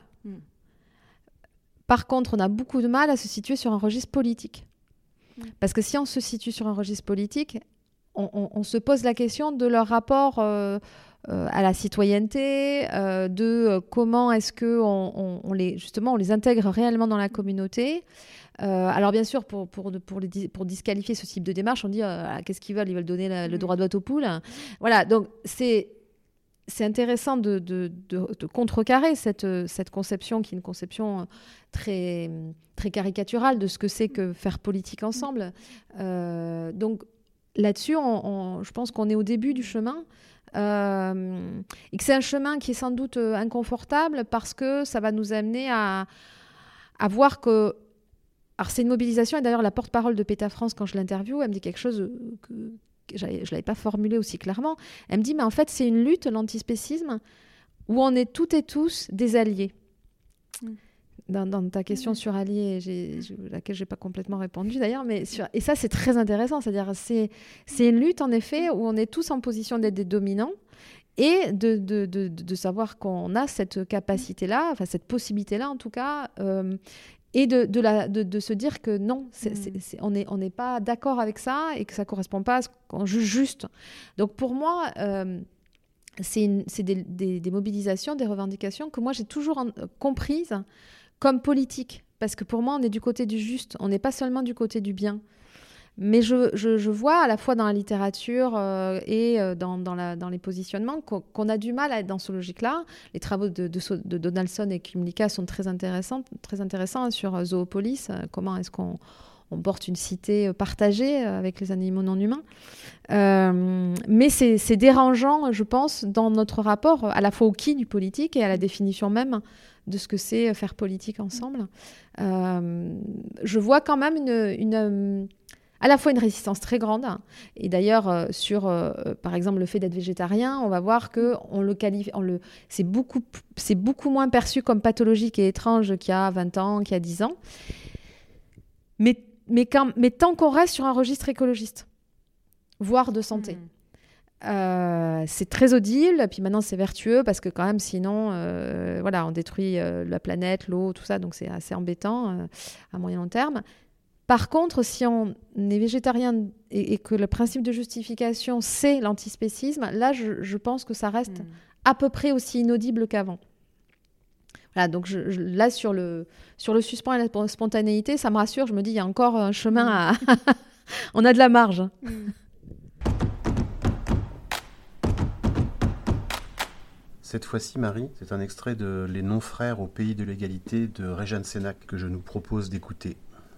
Par contre, on a beaucoup de mal à se situer sur un registre politique. Parce que si on se situe sur un registre politique, on se pose la question de leur rapport à la citoyenneté, de comment est-ce qu'on les intègre réellement dans la communauté. Alors bien sûr, pour disqualifier ce type de démarche, on dit qu'est-ce qu'ils veulent ? Ils veulent donner le droit de vote aux poules. Voilà, donc c'est intéressant de contrecarrer cette conception qui est une conception très, très caricaturale de ce que c'est que faire politique ensemble. Donc là-dessus, je pense qu'on est au début du chemin. Et que c'est un chemin qui est sans doute inconfortable parce que ça va nous amener à voir que... Alors c'est une mobilisation, et d'ailleurs la porte-parole de PETA France, quand je l'interviewe, elle me dit quelque chose que je ne l'avais pas formulé aussi clairement. Elle me dit, mais en fait c'est une lutte, l'antispécisme, où on est toutes et tous des alliés. Dans ta question sur alliés, laquelle je n'ai pas complètement répondu d'ailleurs, et ça c'est très intéressant, c'est-à-dire c'est une lutte en effet où on est tous en position d'être des dominants, et de savoir qu'on a cette capacité-là, enfin cette possibilité-là en tout cas, et de se dire que non, on n'est pas d'accord avec ça et que ça ne correspond pas à ce qu'on juge juste. Donc pour moi, c'est des mobilisations, des revendications que moi j'ai toujours comprises comme politiques. Parce que pour moi, on est du côté du juste, on n'est pas seulement du côté du bien. Mais je vois à la fois dans la littérature et dans les positionnements qu'on a du mal à être dans ce logique-là. Les travaux de Donaldson et Kymlicka sont très intéressants sur Zoopolis, comment est-ce qu'on porte une cité partagée avec les animaux non humains. Mais c'est dérangeant, je pense, dans notre rapport à la fois au qui du politique et à la définition même de ce que c'est faire politique ensemble. Je vois quand même à la fois une résistance très grande. Et d'ailleurs, sur, par exemple, le fait d'être végétarien, on va voir que c'est beaucoup moins perçu comme pathologique et étrange qu'il y a 20 ans, qu'il y a 10 ans. Mais tant qu'on reste sur un registre écologiste, voire de santé. C'est très audible, puis maintenant c'est vertueux parce que quand même sinon on détruit la planète, l'eau, tout ça, donc c'est assez embêtant à moyen long terme. Par contre, si on est végétarien et que le principe de justification c'est l'antispécisme, là je pense que ça reste à peu près aussi inaudible qu'avant. Voilà, donc là sur le suspens et la spontanéité, ça me rassure, je me dis il y a encore un chemin à on a de la marge. Cette fois-ci, Marie, c'est un extrait de Les non-frères au pays de l'égalité de Réjeanne Sénac que je nous propose d'écouter.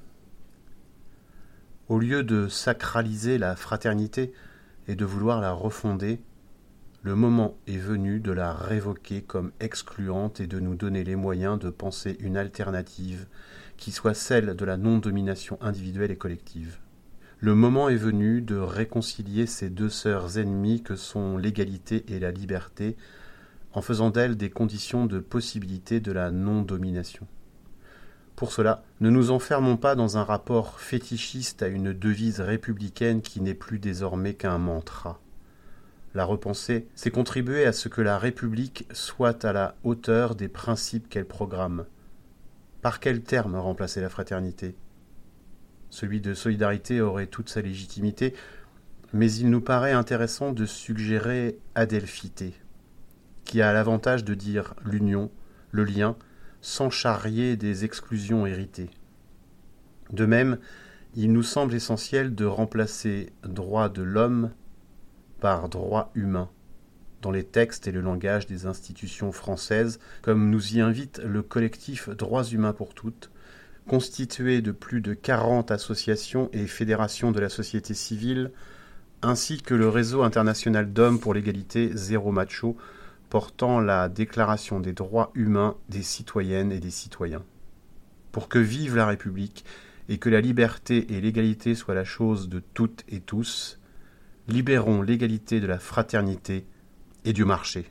Au lieu de sacraliser la fraternité et de vouloir la refonder, le moment est venu de la révoquer comme excluante et de nous donner les moyens de penser une alternative qui soit celle de la non-domination individuelle et collective. Le moment est venu de réconcilier ces deux sœurs ennemies que sont l'égalité et la liberté, en faisant d'elles des conditions de possibilité de la non-domination. Pour cela, ne nous enfermons pas dans un rapport fétichiste à une devise républicaine qui n'est plus désormais qu'un mantra. La repenser, c'est contribuer à ce que la République soit à la hauteur des principes qu'elle programme. Par quel terme remplacer la fraternité ? Celui de solidarité aurait toute sa légitimité, mais il nous paraît intéressant de suggérer adelphité, qui a l'avantage de dire l'union, le lien, sans charrier des exclusions héritées. De même, il nous semble essentiel de remplacer droit de l'homme par droit humain, dans les textes et le langage des institutions françaises, comme nous y invite le collectif Droits humains pour toutes, constitué de plus de 40 associations et fédérations de la société civile, ainsi que le réseau international d'hommes pour l'égalité Zéro Macho, portant la Déclaration des droits humains des citoyennes et des citoyens. Pour que vive la République et que la liberté et l'égalité soient la chose de toutes et tous, libérons l'égalité de la fraternité et du marché.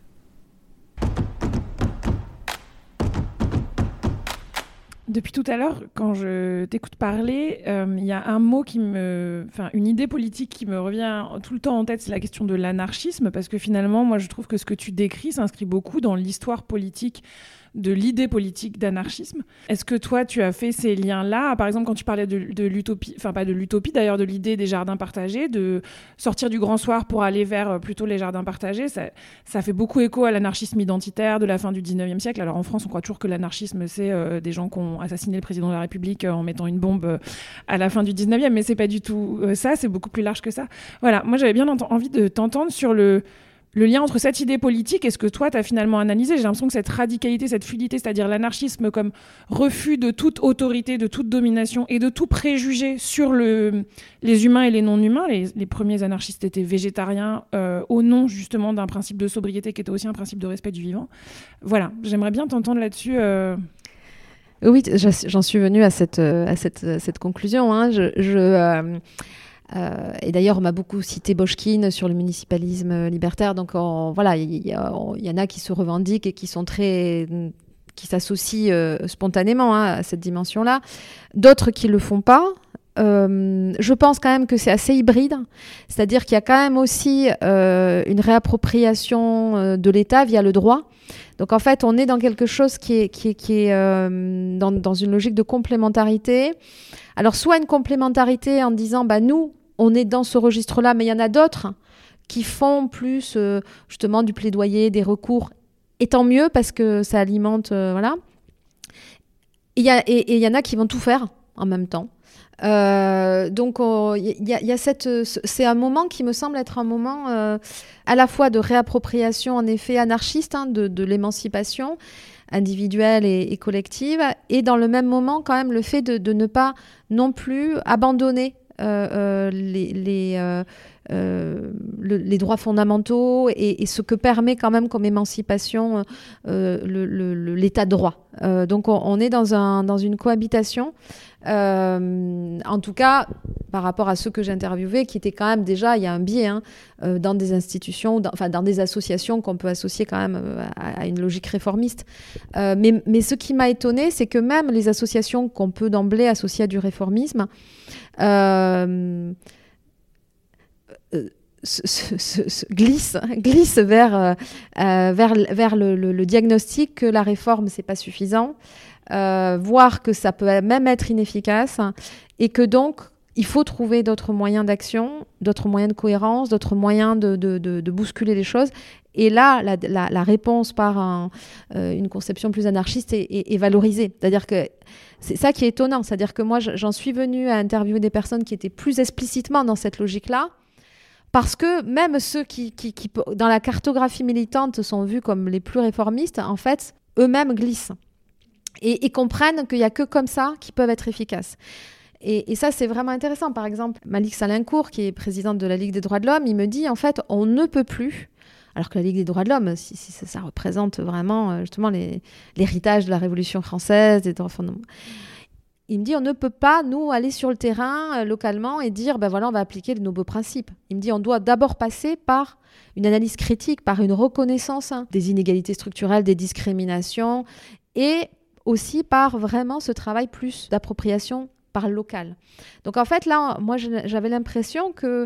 Depuis tout à l'heure, quand je t'écoute parler, il y a un mot une idée politique qui me revient tout le temps en tête, c'est la question de l'anarchisme, parce que finalement, moi, je trouve que ce que tu décris s'inscrit beaucoup dans l'histoire politique de l'idée politique d'anarchisme. Est-ce que toi, tu as fait ces liens-là ? Par exemple, quand tu parlais de l'utopie, enfin pas de l'utopie d'ailleurs, de l'idée des jardins partagés, de sortir du grand soir pour aller vers plutôt les jardins partagés, ça fait beaucoup écho à l'anarchisme identitaire de la fin du 19e siècle. Alors en France, on croit toujours que l'anarchisme, c'est des gens qui ont assassiné le président de la République en mettant une bombe à la fin du 19e, mais c'est pas du tout ça, c'est beaucoup plus large que ça. Voilà, moi j'avais bien envie de t'entendre sur le lien entre cette idée politique et ce que toi, tu as finalement analysé. J'ai l'impression que cette radicalité, cette fluidité, c'est-à-dire l'anarchisme comme refus de toute autorité, de toute domination et de tout préjugé sur les humains et les non-humains. Les premiers anarchistes étaient végétariens au nom justement d'un principe de sobriété qui était aussi un principe de respect du vivant. Voilà, j'aimerais bien t'entendre là-dessus. Oui, j'en suis venue à cette conclusion. Hein. Et d'ailleurs, on m'a beaucoup cité Bochkine sur le municipalisme libertaire. Donc, voilà, il y en a qui se revendiquent et qui s'associent spontanément à cette dimension-là. D'autres qui le font pas. Je pense quand même que c'est assez hybride. C'est-à-dire qu'il y a quand même aussi une réappropriation de l'État via le droit. Donc, en fait, on est dans quelque chose qui est dans une logique de complémentarité. Alors, soit une complémentarité en disant, nous, on est dans ce registre-là, mais il y en a d'autres qui font plus, justement, du plaidoyer, des recours. Et tant mieux, parce que ça alimente, voilà. Et il y en a qui vont tout faire en même temps. Donc, y a c'est un moment qui me semble être un moment à la fois de réappropriation, en effet, anarchiste de l'émancipation individuelle et collective, et dans le même moment, quand même, le fait de ne pas non plus abandonner les droits fondamentaux et ce que permet quand même comme émancipation l'état de droit. Donc on est dans une cohabitation, en tout cas par rapport à ceux que j'ai interviewés, qui étaient quand même déjà, il y a un biais dans des institutions, dans des associations qu'on peut associer quand même à une logique réformiste. Mais ce qui m'a étonnée, c'est que même les associations qu'on peut d'emblée associer à du réformisme glisse vers le diagnostic que la réforme, c'est pas suffisant, voire que ça peut même être inefficace, et que donc il faut trouver d'autres moyens d'action, d'autres moyens de cohérence, d'autres moyens de bousculer les choses. Et là, la réponse par une conception plus anarchiste est valorisée. C'est-à-dire que c'est ça qui est étonnant. C'est-à-dire que moi, j'en suis venue à interviewer des personnes qui étaient plus explicitement dans cette logique-là, parce que même ceux qui, dans la cartographie militante, sont vus comme les plus réformistes, en fait, eux-mêmes glissent et comprennent qu'il n'y a que comme ça qu'ils peuvent être efficaces. Et ça, c'est vraiment intéressant. Par exemple, Malik Salincourt, qui est présidente de la Ligue des droits de l'homme, il me dit, en fait, on ne peut plus, alors que la Ligue des droits de l'homme, si ça représente vraiment justement l'héritage de la Révolution française, des droits fondamentaux. Il me dit, on ne peut pas, nous, aller sur le terrain localement et dire, ben voilà, on va appliquer nos beaux principes. Il me dit, on doit d'abord passer par une analyse critique, par une reconnaissance des inégalités structurelles, des discriminations, et aussi par vraiment ce travail plus d'appropriation par le local. Donc en fait, là, moi, j'avais l'impression que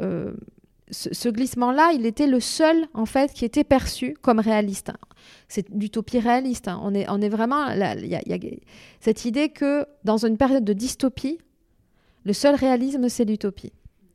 ce glissement-là, il était le seul, en fait, qui était perçu comme réaliste. C'est l'utopie réaliste. On est vraiment... Il y a cette idée que dans une période de dystopie, le seul réalisme, c'est l'utopie.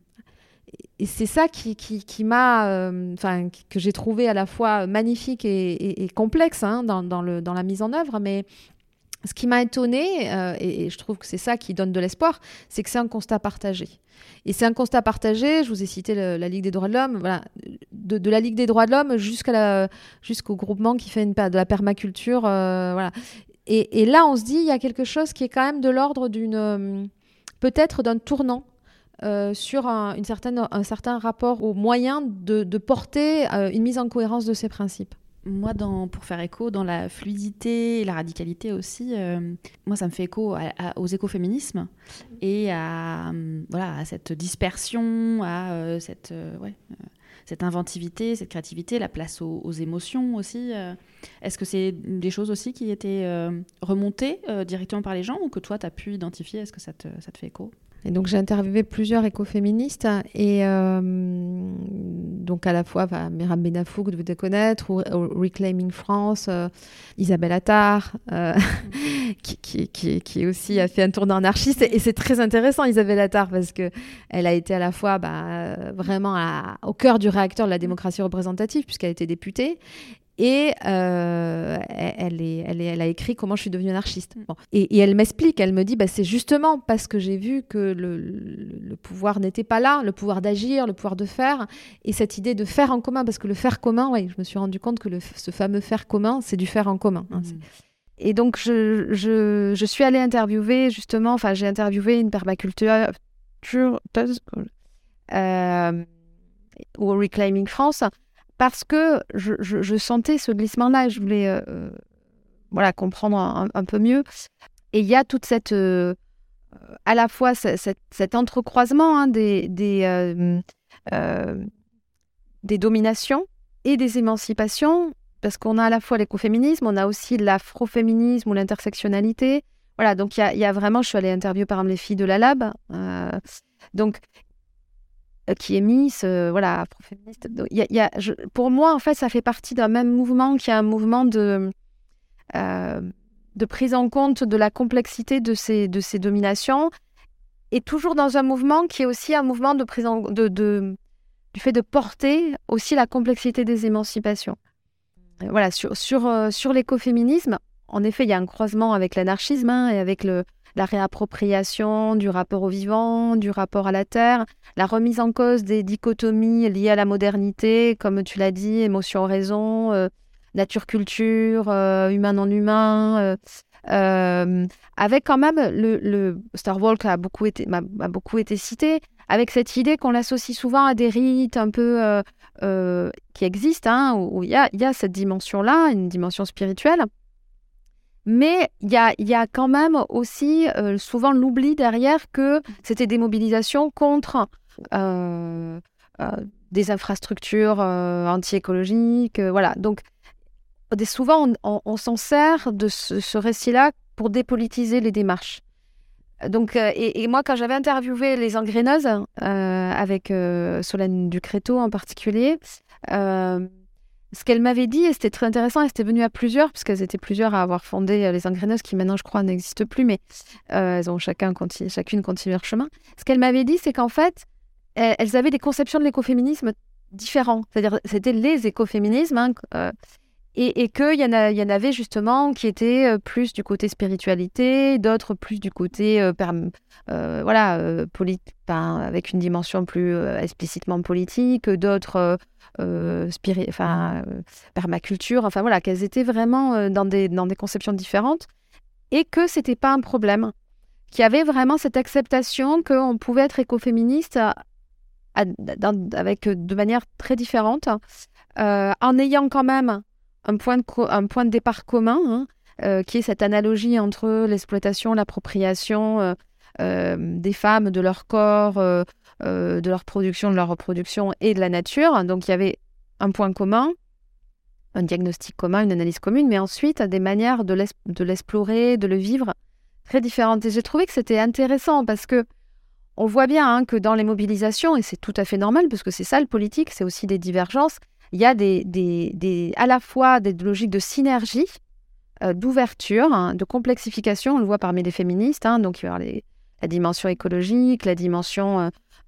Et c'est ça qui m'a... que j'ai trouvé à la fois magnifique et complexe dans la mise en œuvre, mais... Ce qui m'a étonnée, et je trouve que c'est ça qui donne de l'espoir, c'est que c'est un constat partagé. Et c'est un constat partagé, je vous ai cité la Ligue des droits de l'homme, voilà, de la Ligue des droits de l'homme jusqu'au groupement qui fait de la permaculture. Voilà. Et là, on se dit, il y a quelque chose qui est quand même de l'ordre peut-être d'un tournant sur un certain rapport aux moyens de porter une mise en cohérence de ces principes. Moi, pour faire écho dans la fluidité et la radicalité aussi, moi, ça me fait écho aux écoféminismes et à cette dispersion, à cette inventivité, cette créativité, la place aux émotions aussi. Est-ce que c'est des choses aussi qui étaient remontées directement par les gens ou que toi, tu as pu identifier? Est-ce que ça te fait écho? Et donc, j'ai interviewé plusieurs écoféministes donc à la fois Myriam Benafou, que vous devez connaître, ou Reclaiming France, Isabelle Attard, qui aussi a fait un tournant anarchiste. Et c'est très intéressant, Isabelle Attard, parce qu'elle a été à la fois vraiment au cœur du réacteur de la démocratie représentative, puisqu'elle a été députée. Et elle a écrit Comment je suis devenue anarchiste. Bon. Et elle m'explique, elle me dit c'est justement parce que j'ai vu que le pouvoir n'était pas là, le pouvoir d'agir, le pouvoir de faire, et cette idée de faire en commun, parce que le faire commun, je me suis rendu compte que ce fameux faire commun, c'est du faire en commun. Et donc je suis allée interviewer justement, j'ai interviewé une permacultureuse au Reclaiming France, parce que je sentais ce glissement-là et je voulais comprendre un peu mieux. Et il y a toute cette... à la fois cet entrecroisement des dominations et des émancipations, parce qu'on a à la fois l'écoféminisme, on a aussi l'afroféminisme ou l'intersectionnalité. Voilà, donc il y a vraiment... Je suis allée interviewer par exemple les filles de la Lab. Qui est Miss, afroféministe. Pour moi, en fait, ça fait partie d'un même mouvement qui est un mouvement de prise en compte de la complexité de ces dominations, et toujours dans un mouvement qui est aussi un mouvement de prise du fait de porter aussi la complexité des émancipations. Voilà, sur l'écoféminisme, en effet, il y a un croisement avec l'anarchisme et avec la réappropriation du rapport au vivant, du rapport à la terre, la remise en cause des dichotomies liées à la modernité, comme tu l'as dit, émotion-raison, nature-culture, humain-non-humain, avec quand même le Star Walk m'a beaucoup été cité, avec cette idée qu'on l'associe souvent à des rites un peu qui existent, où il y a cette dimension-là, une dimension spirituelle. Mais il y a quand même aussi souvent l'oubli derrière que c'était des mobilisations contre des infrastructures anti-écologiques. Voilà. Donc, souvent, on s'en sert de ce récit-là pour dépolitiser les démarches. Donc, et moi, quand j'avais interviewé les engraineuses, avec Solène Ducréto en particulier, ce qu'elle m'avait dit, et c'était très intéressant, et c'était venu à plusieurs, parce qu'elles étaient plusieurs à avoir fondé les engraineuses, qui maintenant, je crois, n'existent plus, mais elles ont chacune continué leur chemin. Ce qu'elle m'avait dit, c'est qu'en fait, elles avaient des conceptions de l'écoféminisme différentes. C'est-à-dire, c'était les écoféminismes, et qu'il y en avait justement qui étaient plus du côté spiritualité, d'autres plus du côté avec une dimension plus explicitement politique, d'autres permaculture, enfin voilà, qu'elles étaient vraiment dans des conceptions différentes, et que c'était pas un problème, qu'il y avait vraiment cette acceptation qu'on pouvait être écoféministe de manière très différente, en ayant quand même un point de départ commun, qui est cette analogie entre l'exploitation, l'appropriation des femmes, de leur corps, de leur production, de leur reproduction et de la nature. Donc il y avait un point commun, un diagnostic commun, une analyse commune, mais ensuite des manières de l'explorer, de le vivre très différentes. Et j'ai trouvé que c'était intéressant parce que on voit bien que dans les mobilisations, et c'est tout à fait normal parce que c'est ça le politique, c'est aussi des divergences, il y a à la fois des logiques de synergie, d'ouverture, de complexification, on le voit parmi les féministes, donc il va y avoir la dimension écologique, la dimension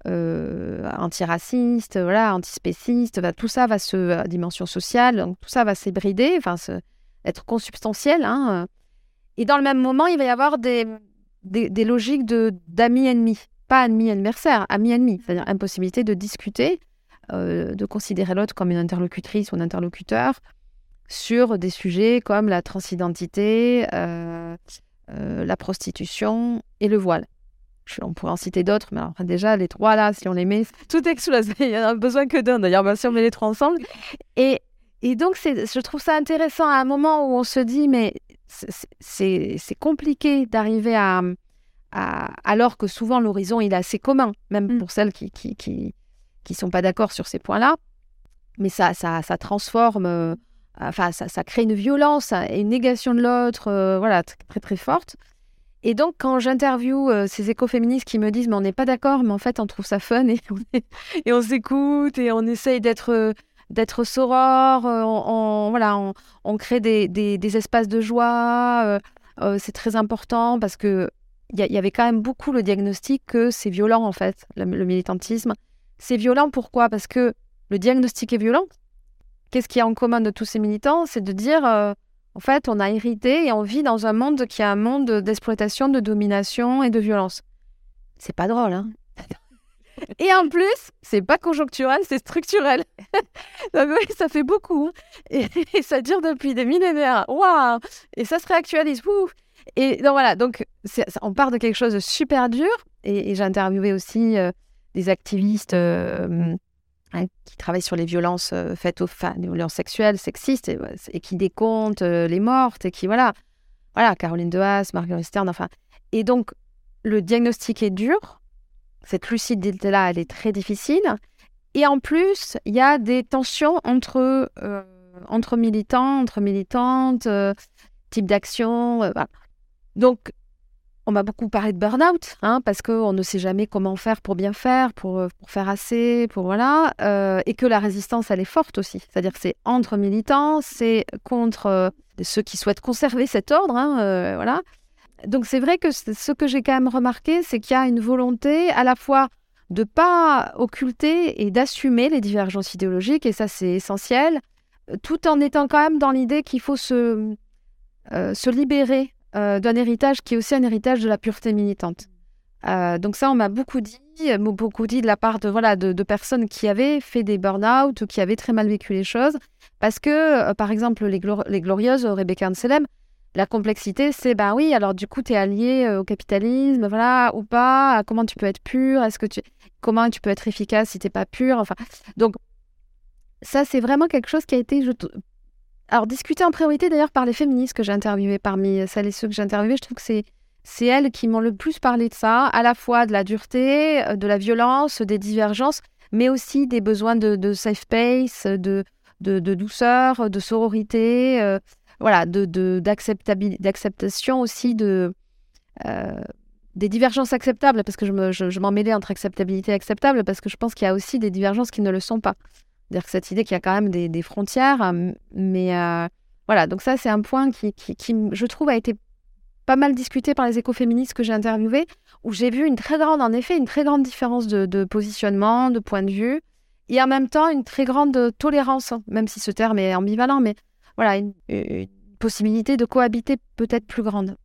antiraciste, antispéciste, tout ça va la dimension sociale, donc tout ça va s'ébrider, être consubstantiel. Et dans le même moment, il va y avoir des logiques d'amis-ennemis, pas amis-adversaires, amis-ennemis, c'est-à-dire impossibilité de discuter, de considérer l'autre comme une interlocutrice ou un interlocuteur sur des sujets comme la transidentité, la prostitution et le voile. On pourrait en citer d'autres, mais alors, déjà, les trois là, si on les met, tout explose. Il n'y en a besoin que d'un, d'ailleurs, si on met les trois ensemble. Et donc, je trouve ça intéressant à un moment où on se dit, mais c'est compliqué d'arriver alors que souvent l'horizon, il est assez commun, même pour celles qui sont pas d'accord sur ces points-là. Mais ça transforme, ça crée une violence et une négation de l'autre, très, très forte. Et donc, quand j'interviewe ces écoféministes qui me disent « mais on n'est pas d'accord, mais en fait, on trouve ça fun et on s'écoute et on essaye d'être soror, on crée des espaces de joie, c'est très important parce que il y avait quand même beaucoup le diagnostic que c'est violent, en fait, le militantisme. C'est violent, pourquoi ? Parce que le diagnostic est violent. Qu'est-ce qu'il y a en commun de tous ces militants ? C'est de dire... en fait, on a hérité et on vit dans un monde qui est un monde d'exploitation, de domination et de violence. C'est pas drôle, hein ? Et en plus, c'est pas conjoncturel, c'est structurel. Donc oui, ça fait beaucoup. Et ça dure depuis des millénaires. Waouh ! Et ça se réactualise. Ouf. Et donc voilà, on part de quelque chose de super dur. Et j'ai interviewé aussi des activistes qui travaillent sur les violences faites aux femmes, les violences sexuelles, sexistes, et qui décomptent les mortes, et qui, voilà, Caroline Dehaas, Marguerite Stern, enfin. Et donc, le diagnostic est dur, cette lucidité-là, elle est très difficile, et en plus, il y a des tensions entre militants, entre militantes, type d'action, voilà. Donc, on m'a beaucoup parlé de burn-out, parce qu'on ne sait jamais comment faire pour bien faire, pour faire assez, et que la résistance, elle est forte aussi. C'est-à-dire que c'est entre militants, c'est contre ceux qui souhaitent conserver cet ordre, voilà. Donc c'est vrai que ce que j'ai quand même remarqué, c'est qu'il y a une volonté à la fois de ne pas occulter et d'assumer les divergences idéologiques, et ça c'est essentiel, tout en étant quand même dans l'idée qu'il faut se libérer d'un héritage qui est aussi un héritage de la pureté militante. Donc ça, on m'a beaucoup dit de la part de personnes qui avaient fait des burn-out ou qui avaient très mal vécu les choses. Parce que, par exemple, les Glorieuses, Rebecca Anselem, la complexité, c'est, oui, alors du coup, tu es allié au capitalisme, voilà, ou pas, comment tu peux être pur, comment tu peux être efficace si tu n'es pas pur, enfin. Donc, ça, c'est vraiment quelque chose qui a été... Alors, discuté en priorité, d'ailleurs, par les féministes que j'ai interviewées, parmi celles et ceux que j'ai interviewés, je trouve que c'est elles qui m'ont le plus parlé de ça, à la fois de la dureté, de la violence, des divergences, mais aussi des besoins de safe space, de douceur, de sororité, d'acceptation aussi des divergences acceptables, parce que je m'en mêlais entre acceptabilité et acceptable, parce que je pense qu'il y a aussi des divergences qui ne le sont pas. C'est-à-dire que cette idée qu'il y a quand même des frontières, mais voilà, donc ça c'est un point qui, je trouve, a été pas mal discuté par les écoféministes que j'ai interviewées, où j'ai vu une très grande différence de positionnement, de point de vue, et en même temps une très grande tolérance, même si ce terme est ambivalent, mais voilà, une possibilité de cohabiter peut-être plus grande.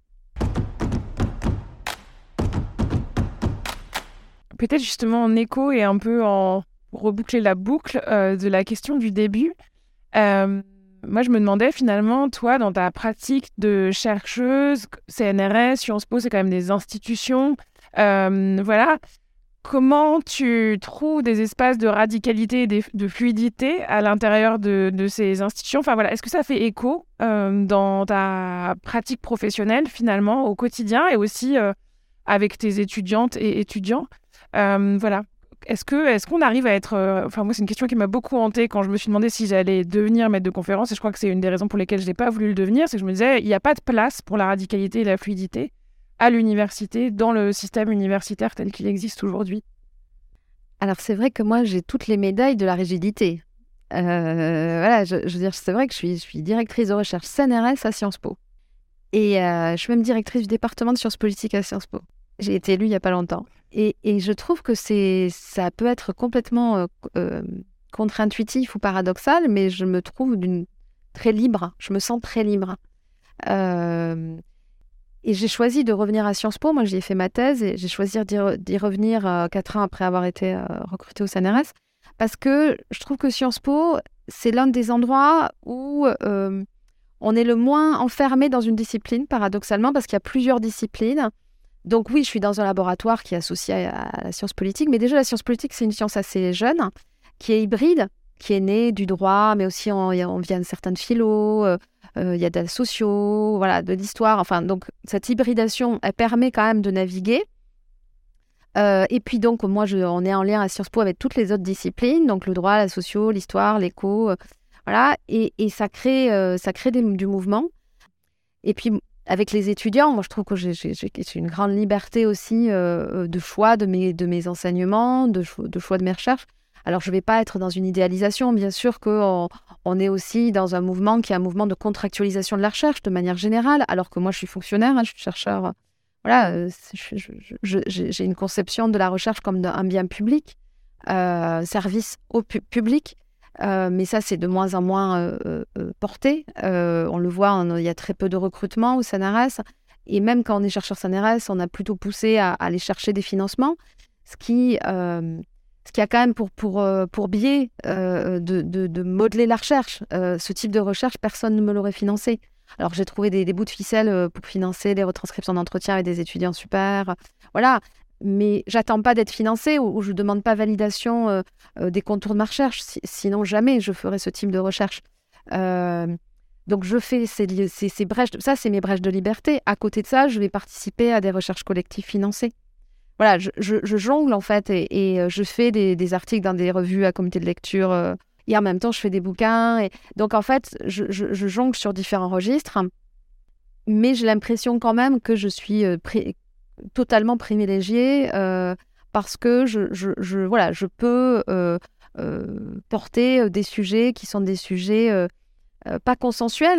Peut-être justement en écho et un peu en reboucler la boucle de la question du début. Moi, je me demandais finalement, toi, dans ta pratique de chercheuse, CNRS, Sciences Po, c'est quand même des institutions. Voilà. Comment tu trouves des espaces de radicalité et de fluidité à l'intérieur de ces institutions ? Enfin, voilà. Est-ce que ça fait écho dans ta pratique professionnelle, finalement, au quotidien et aussi avec tes étudiantes et étudiants ? Voilà. Est-ce qu'on arrive à être... Enfin, moi, c'est une question qui m'a beaucoup hantée quand je me suis demandé si j'allais devenir maître de conférence. Et je crois que c'est une des raisons pour lesquelles je n'ai pas voulu le devenir. C'est que je me disais, il n'y a pas de place pour la radicalité et la fluidité à l'université, dans le système universitaire tel qu'il existe aujourd'hui. Alors, c'est vrai que moi, j'ai toutes les médailles de la rigidité. Voilà, je veux dire, c'est vrai que je suis directrice de recherche CNRS à Sciences Po. Et je suis même directrice du département de sciences politiques à Sciences Po. J'ai été élue il n'y a pas longtemps. Et je trouve que ça peut être complètement contre-intuitif ou paradoxal, mais je me trouve très libre. Je me sens très libre. Et j'ai choisi de revenir à Sciences Po. Moi, j'y ai fait ma thèse et j'ai choisi d'y revenir 4 ans après avoir été recrutée au CNRS parce que je trouve que Sciences Po, c'est l'un des endroits où on est le moins enfermé dans une discipline, paradoxalement, parce qu'il y a plusieurs disciplines. Donc oui, je suis dans un laboratoire qui est associé à la science politique, mais déjà la science politique, c'est une science assez jeune, qui est hybride, qui est née du droit, mais aussi on vient de certaines philo, il y a des sociaux, voilà, de l'histoire. Enfin, donc cette hybridation, elle permet quand même de naviguer. Et puis donc, moi, on est en lien à Sciences Po avec toutes les autres disciplines, donc le droit, la socio, l'histoire, l'éco, voilà, et ça crée du mouvement. Et puis avec les étudiants, moi je trouve que j'ai une grande liberté aussi de choix de mes enseignements, de choix de mes recherches. Alors je ne vais pas être dans une idéalisation, bien sûr qu'on est aussi dans un mouvement qui est un mouvement de contractualisation de la recherche de manière générale, alors que moi je suis fonctionnaire, je suis chercheur. Voilà, j'ai une conception de la recherche comme un bien public, service au public. Mais ça, c'est de moins en moins porté. On le voit, il y a très peu de recrutement au CNRS. Et même quand on est chercheur CNRS, on a plutôt poussé à aller chercher des financements, ce qui a quand même pour biais de modeler la recherche. Ce type de recherche, personne ne me l'aurait financé. Alors, j'ai trouvé des bouts de ficelle pour financer les retranscriptions d'entretien avec des étudiants super. Voilà. Mais j'attends pas d'être financée ou je demande pas validation des contours de ma recherche. Sinon, jamais je ferai ce type de recherche. Donc, je fais ces brèches. Ça, c'est mes brèches de liberté. À côté de ça, je vais participer à des recherches collectives financées. Voilà, je jongle, en fait, et je fais des articles dans des revues à comité de lecture. Et en même temps, je fais des bouquins. Et... Donc, en fait, je jongle sur différents registres. Mais j'ai l'impression quand même que je suis... totalement privilégiée parce que je peux porter des sujets qui sont des sujets pas consensuels,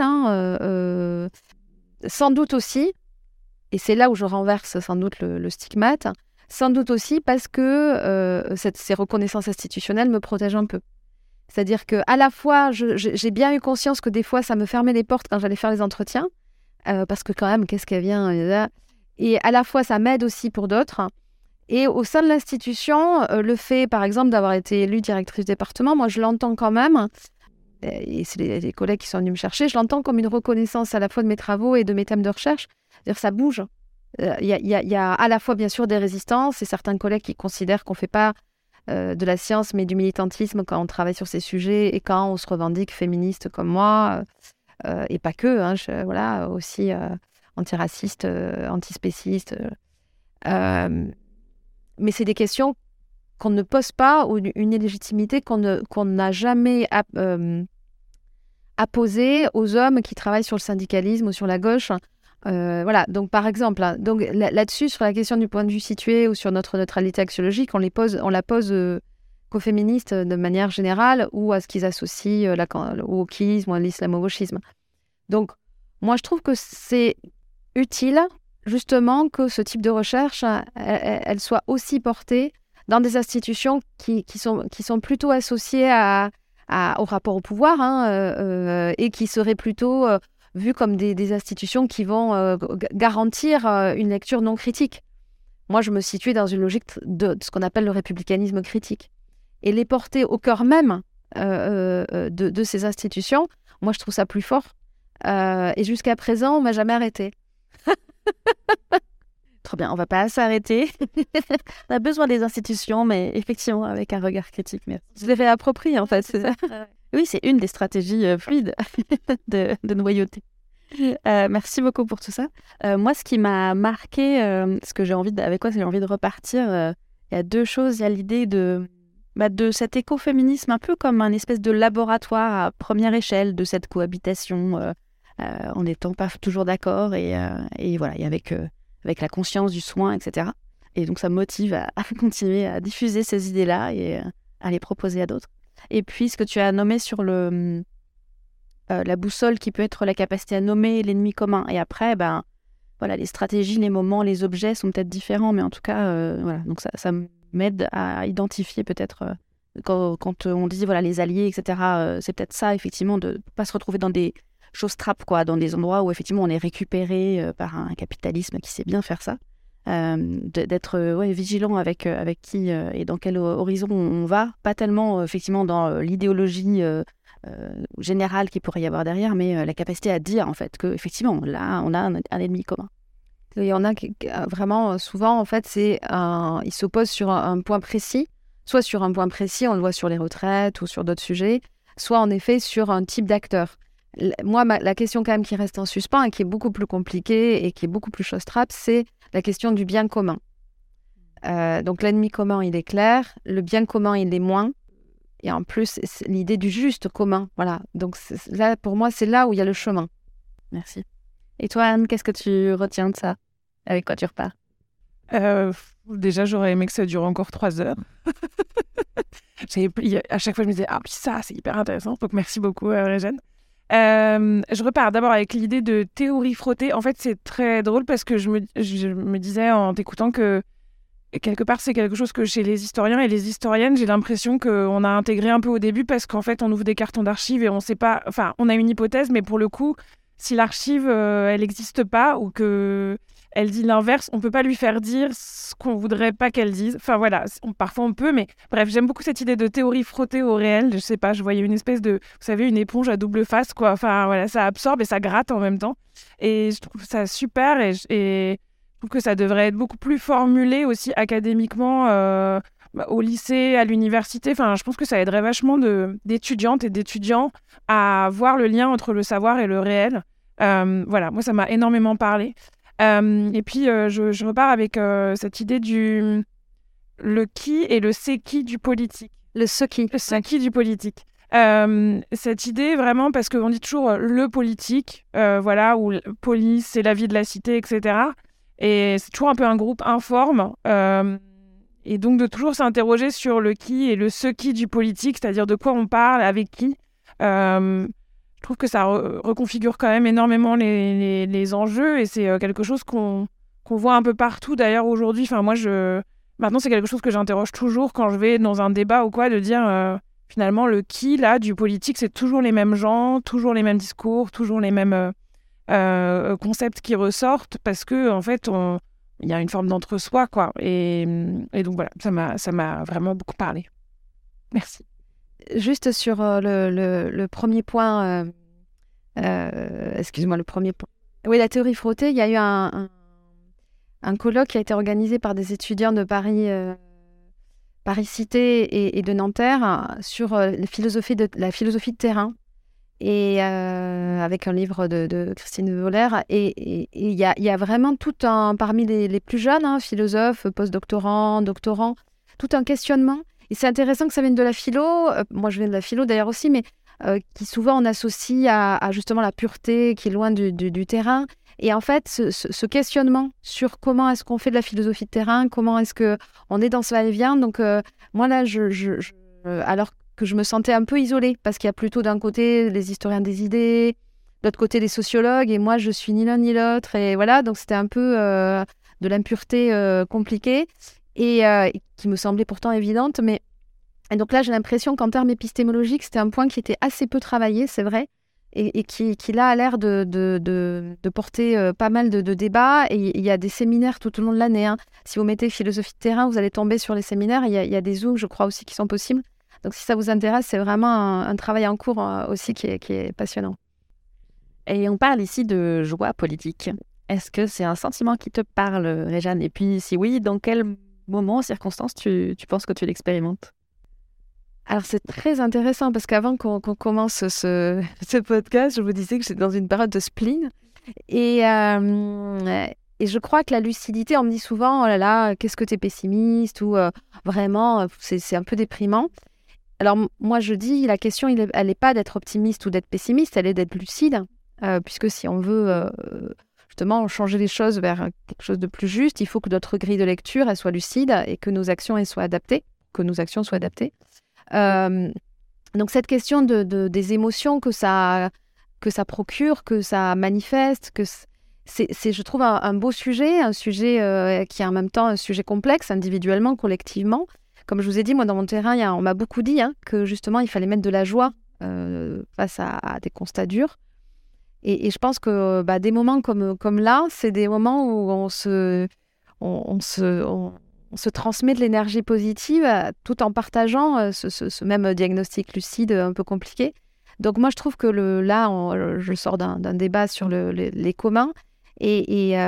sans doute aussi, et c'est là où je renverse sans doute le stigmate, sans doute aussi parce que ces reconnaissances institutionnelles me protègent un peu. C'est-à-dire qu'à la fois, j'ai bien eu conscience que des fois, ça me fermait les portes quand j'allais faire les entretiens, parce que quand même, qu'est-ce qu'elle vient et à la fois, ça m'aide aussi pour d'autres. Et au sein de l'institution, le fait, par exemple, d'avoir été élue directrice département, moi, je l'entends quand même, et c'est les collègues qui sont venus me chercher, je l'entends comme une reconnaissance à la fois de mes travaux et de mes thèmes de recherche. C'est-à-dire ça bouge. Il y a à la fois, bien sûr, des résistances et certains collègues qui considèrent qu'on ne fait pas de la science, mais du militantisme quand on travaille sur ces sujets et quand on se revendique féministe comme moi, et pas que, hein, voilà, aussi antiraciste, antispéciste. Mais c'est des questions qu'on ne pose pas ou une illégitimité qu'on n'a jamais apposée aux hommes qui travaillent sur le syndicalisme ou sur la gauche. Voilà, donc par exemple, donc, là-dessus, sur la question du point de vue situé ou sur notre neutralité axiologique, on la pose qu'aux féministes de manière générale ou à ce qu'ils associent au wokisme ou à l'islamo-gauchisme. Donc, moi, je trouve que c'est utile, justement, que ce type de recherche, elle soit aussi portée dans des institutions qui sont plutôt associées au rapport au pouvoir et qui seraient plutôt vues comme des institutions qui vont garantir une lecture non critique. Moi, je me situais dans une logique de ce qu'on appelle le républicanisme critique. Et les porter au cœur même de ces institutions, moi, je trouve ça plus fort. Et jusqu'à présent, on ne m'a jamais arrêté. Trop bien, on ne va pas s'arrêter. On a besoin des institutions, mais effectivement, avec un regard critique. Merci. Je les réapproprie, en fait. C'est ça. Oui, c'est une des stratégies fluides de noyauté. Merci beaucoup pour tout ça. Moi, ce qui m'a marqué, avec quoi j'ai envie de repartir, il y a deux choses. Il y a l'idée de cet écoféminisme un peu comme un espèce de laboratoire à première échelle de cette cohabitation en n'étant pas toujours d'accord et voilà, et avec la conscience du soin, etc. Et donc ça me motive à continuer à diffuser ces idées-là et à les proposer à d'autres. Et puis ce que tu as nommé sur la boussole qui peut être la capacité à nommer l'ennemi commun. Et après, voilà, les stratégies, les moments, les objets sont peut-être différents, mais en tout cas, voilà. Donc ça m'aide à identifier peut-être quand on dit voilà les alliés, etc. C'est peut-être ça effectivement de pas se retrouver dans des choses trappes, quoi, dans des endroits où effectivement on est récupéré par un capitalisme qui sait bien faire ça. D'être vigilant avec qui et dans quel horizon on va, pas tellement effectivement dans l'idéologie générale qu'il pourrait y avoir derrière, mais la capacité à dire en fait que effectivement là on a un ennemi commun. Il y en a qui vraiment souvent en fait ils s'opposent sur un point précis, soit sur un point précis, on le voit sur les retraites ou sur d'autres sujets, soit en effet sur un type d'acteur. Moi, la question quand même qui reste en suspens et qui est beaucoup plus compliquée et qui est beaucoup plus chose-trappe, c'est la question du bien commun. Donc l'ennemi commun, il est clair, le bien commun, il est moins. Et en plus, c'est l'idée du juste commun. Voilà. Donc là, pour moi, c'est là où il y a le chemin. Merci. Et toi, Anne, qu'est-ce que tu retiens de ça? Avec quoi tu repars? Déjà, j'aurais aimé que ça dure encore 3 heures. À chaque fois, je me disais, ça, c'est hyper intéressant. Donc, merci beaucoup, Régène. Je repars d'abord avec l'idée de théorie frottée. En fait, c'est très drôle parce que je me disais en t'écoutant que quelque part, c'est quelque chose que chez les historiens et les historiennes, j'ai l'impression qu'on a intégré un peu au début parce qu'en fait, on ouvre des cartons d'archives et on sait pas... Enfin, on a une hypothèse, mais pour le coup, si l'archive, elle n'existe pas ou qu'elle dit l'inverse, on peut pas lui faire dire ce qu'on voudrait pas qu'elle dise. Enfin, voilà, parfois on peut, mais bref, j'aime beaucoup cette idée de théorie frottée au réel. Je sais pas, je voyais une espèce de... Vous savez, une éponge à double face, quoi. Enfin, voilà, ça absorbe et ça gratte en même temps. Et je trouve ça super et je trouve que ça devrait être beaucoup plus formulé aussi académiquement au lycée, à l'université. Enfin, je pense que ça aiderait vachement d'étudiantes et d'étudiants à voir le lien entre le savoir et le réel. Voilà, moi, ça m'a énormément parlé. Et puis, je repars avec cette idée le qui et le c'est qui du politique. Le ce qui. Le ce qui du politique. Cette idée, vraiment, parce qu'on dit toujours le politique, voilà, ou police, c'est la vie de la cité, etc. Et c'est toujours un peu un groupe informe. Et donc, de toujours s'interroger sur le qui et le ce qui du politique, c'est-à-dire de quoi on parle, avec qui. Je trouve que ça reconfigure quand même énormément les enjeux et c'est quelque chose qu'on voit un peu partout d'ailleurs aujourd'hui. Enfin, moi, maintenant, c'est quelque chose que j'interroge toujours quand je vais dans un débat ou quoi, de dire finalement le qui là du politique, c'est toujours les mêmes gens, toujours les mêmes discours, toujours les mêmes concepts qui ressortent parce que en fait, il y a une forme d'entre-soi, quoi. Et donc voilà, ça m'a vraiment beaucoup parlé. Merci. Juste sur le premier point, excuse-moi, le premier point. Oui, la théorie frottée, il y a eu un colloque qui a été organisé par des étudiants de Paris Cité et de Nanterre sur la philosophie de terrain, et avec un livre de Christine Voller. Et il y a vraiment parmi les plus jeunes, philosophes, post-doctorants, doctorants, tout un questionnement. Et c'est intéressant que ça vienne de la philo. Moi, je viens de la philo d'ailleurs aussi, mais qui souvent on associe à justement la pureté qui est loin du terrain. Et en fait, ce questionnement sur comment est-ce qu'on fait de la philosophie de terrain, comment est-ce qu'on est dans ce va-et-vient. Donc, moi là, alors que je me sentais un peu isolée, parce qu'il y a plutôt d'un côté les historiens des idées, de l'autre côté les sociologues, et moi je suis ni l'un ni l'autre. Et voilà, donc c'était un peu de l'impureté compliquée, et qui me semblait pourtant évidente. Et donc là, j'ai l'impression qu'en termes épistémologiques, c'était un point qui était assez peu travaillé, c'est vrai, et qui là a l'air de porter pas mal de débats. Et il y a des séminaires tout au long de l'année. Si vous mettez philosophie de terrain, vous allez tomber sur les séminaires. Il y a des Zooms, je crois aussi, qui sont possibles. Donc si ça vous intéresse, c'est vraiment un travail en cours aussi qui est passionnant. Et on parle ici de joie politique. Est-ce que c'est un sentiment qui te parle, Réjeanne? Et puis si oui, dans quel moment, circonstance tu penses que tu l'expérimentes? Alors c'est très intéressant parce qu'avant qu'on commence ce podcast, je vous disais que j'étais dans une période de spleen. Et je crois que la lucidité, on me dit souvent, oh là là, qu'est-ce que t'es pessimiste, ou vraiment, c'est un peu déprimant. Alors moi je dis, la question, elle n'est pas d'être optimiste ou d'être pessimiste, elle est d'être lucide, puisque si on veut justement changer les choses vers quelque chose de plus juste, il faut que notre grille de lecture elle soit lucide et que nos actions soient adaptées, donc cette question des émotions que ça procure, que ça manifeste, c'est je trouve un beau sujet, un sujet qui est en même temps un sujet complexe, individuellement, collectivement. Comme je vous ai dit, moi dans mon terrain, on m'a beaucoup dit que justement il fallait mettre de la joie face à des constats durs. Et je pense que des moments comme là, c'est des moments où on se transmet de l'énergie positive tout en partageant ce même diagnostic lucide un peu compliqué. Donc moi, je trouve que je sors d'un débat sur les communs, et il y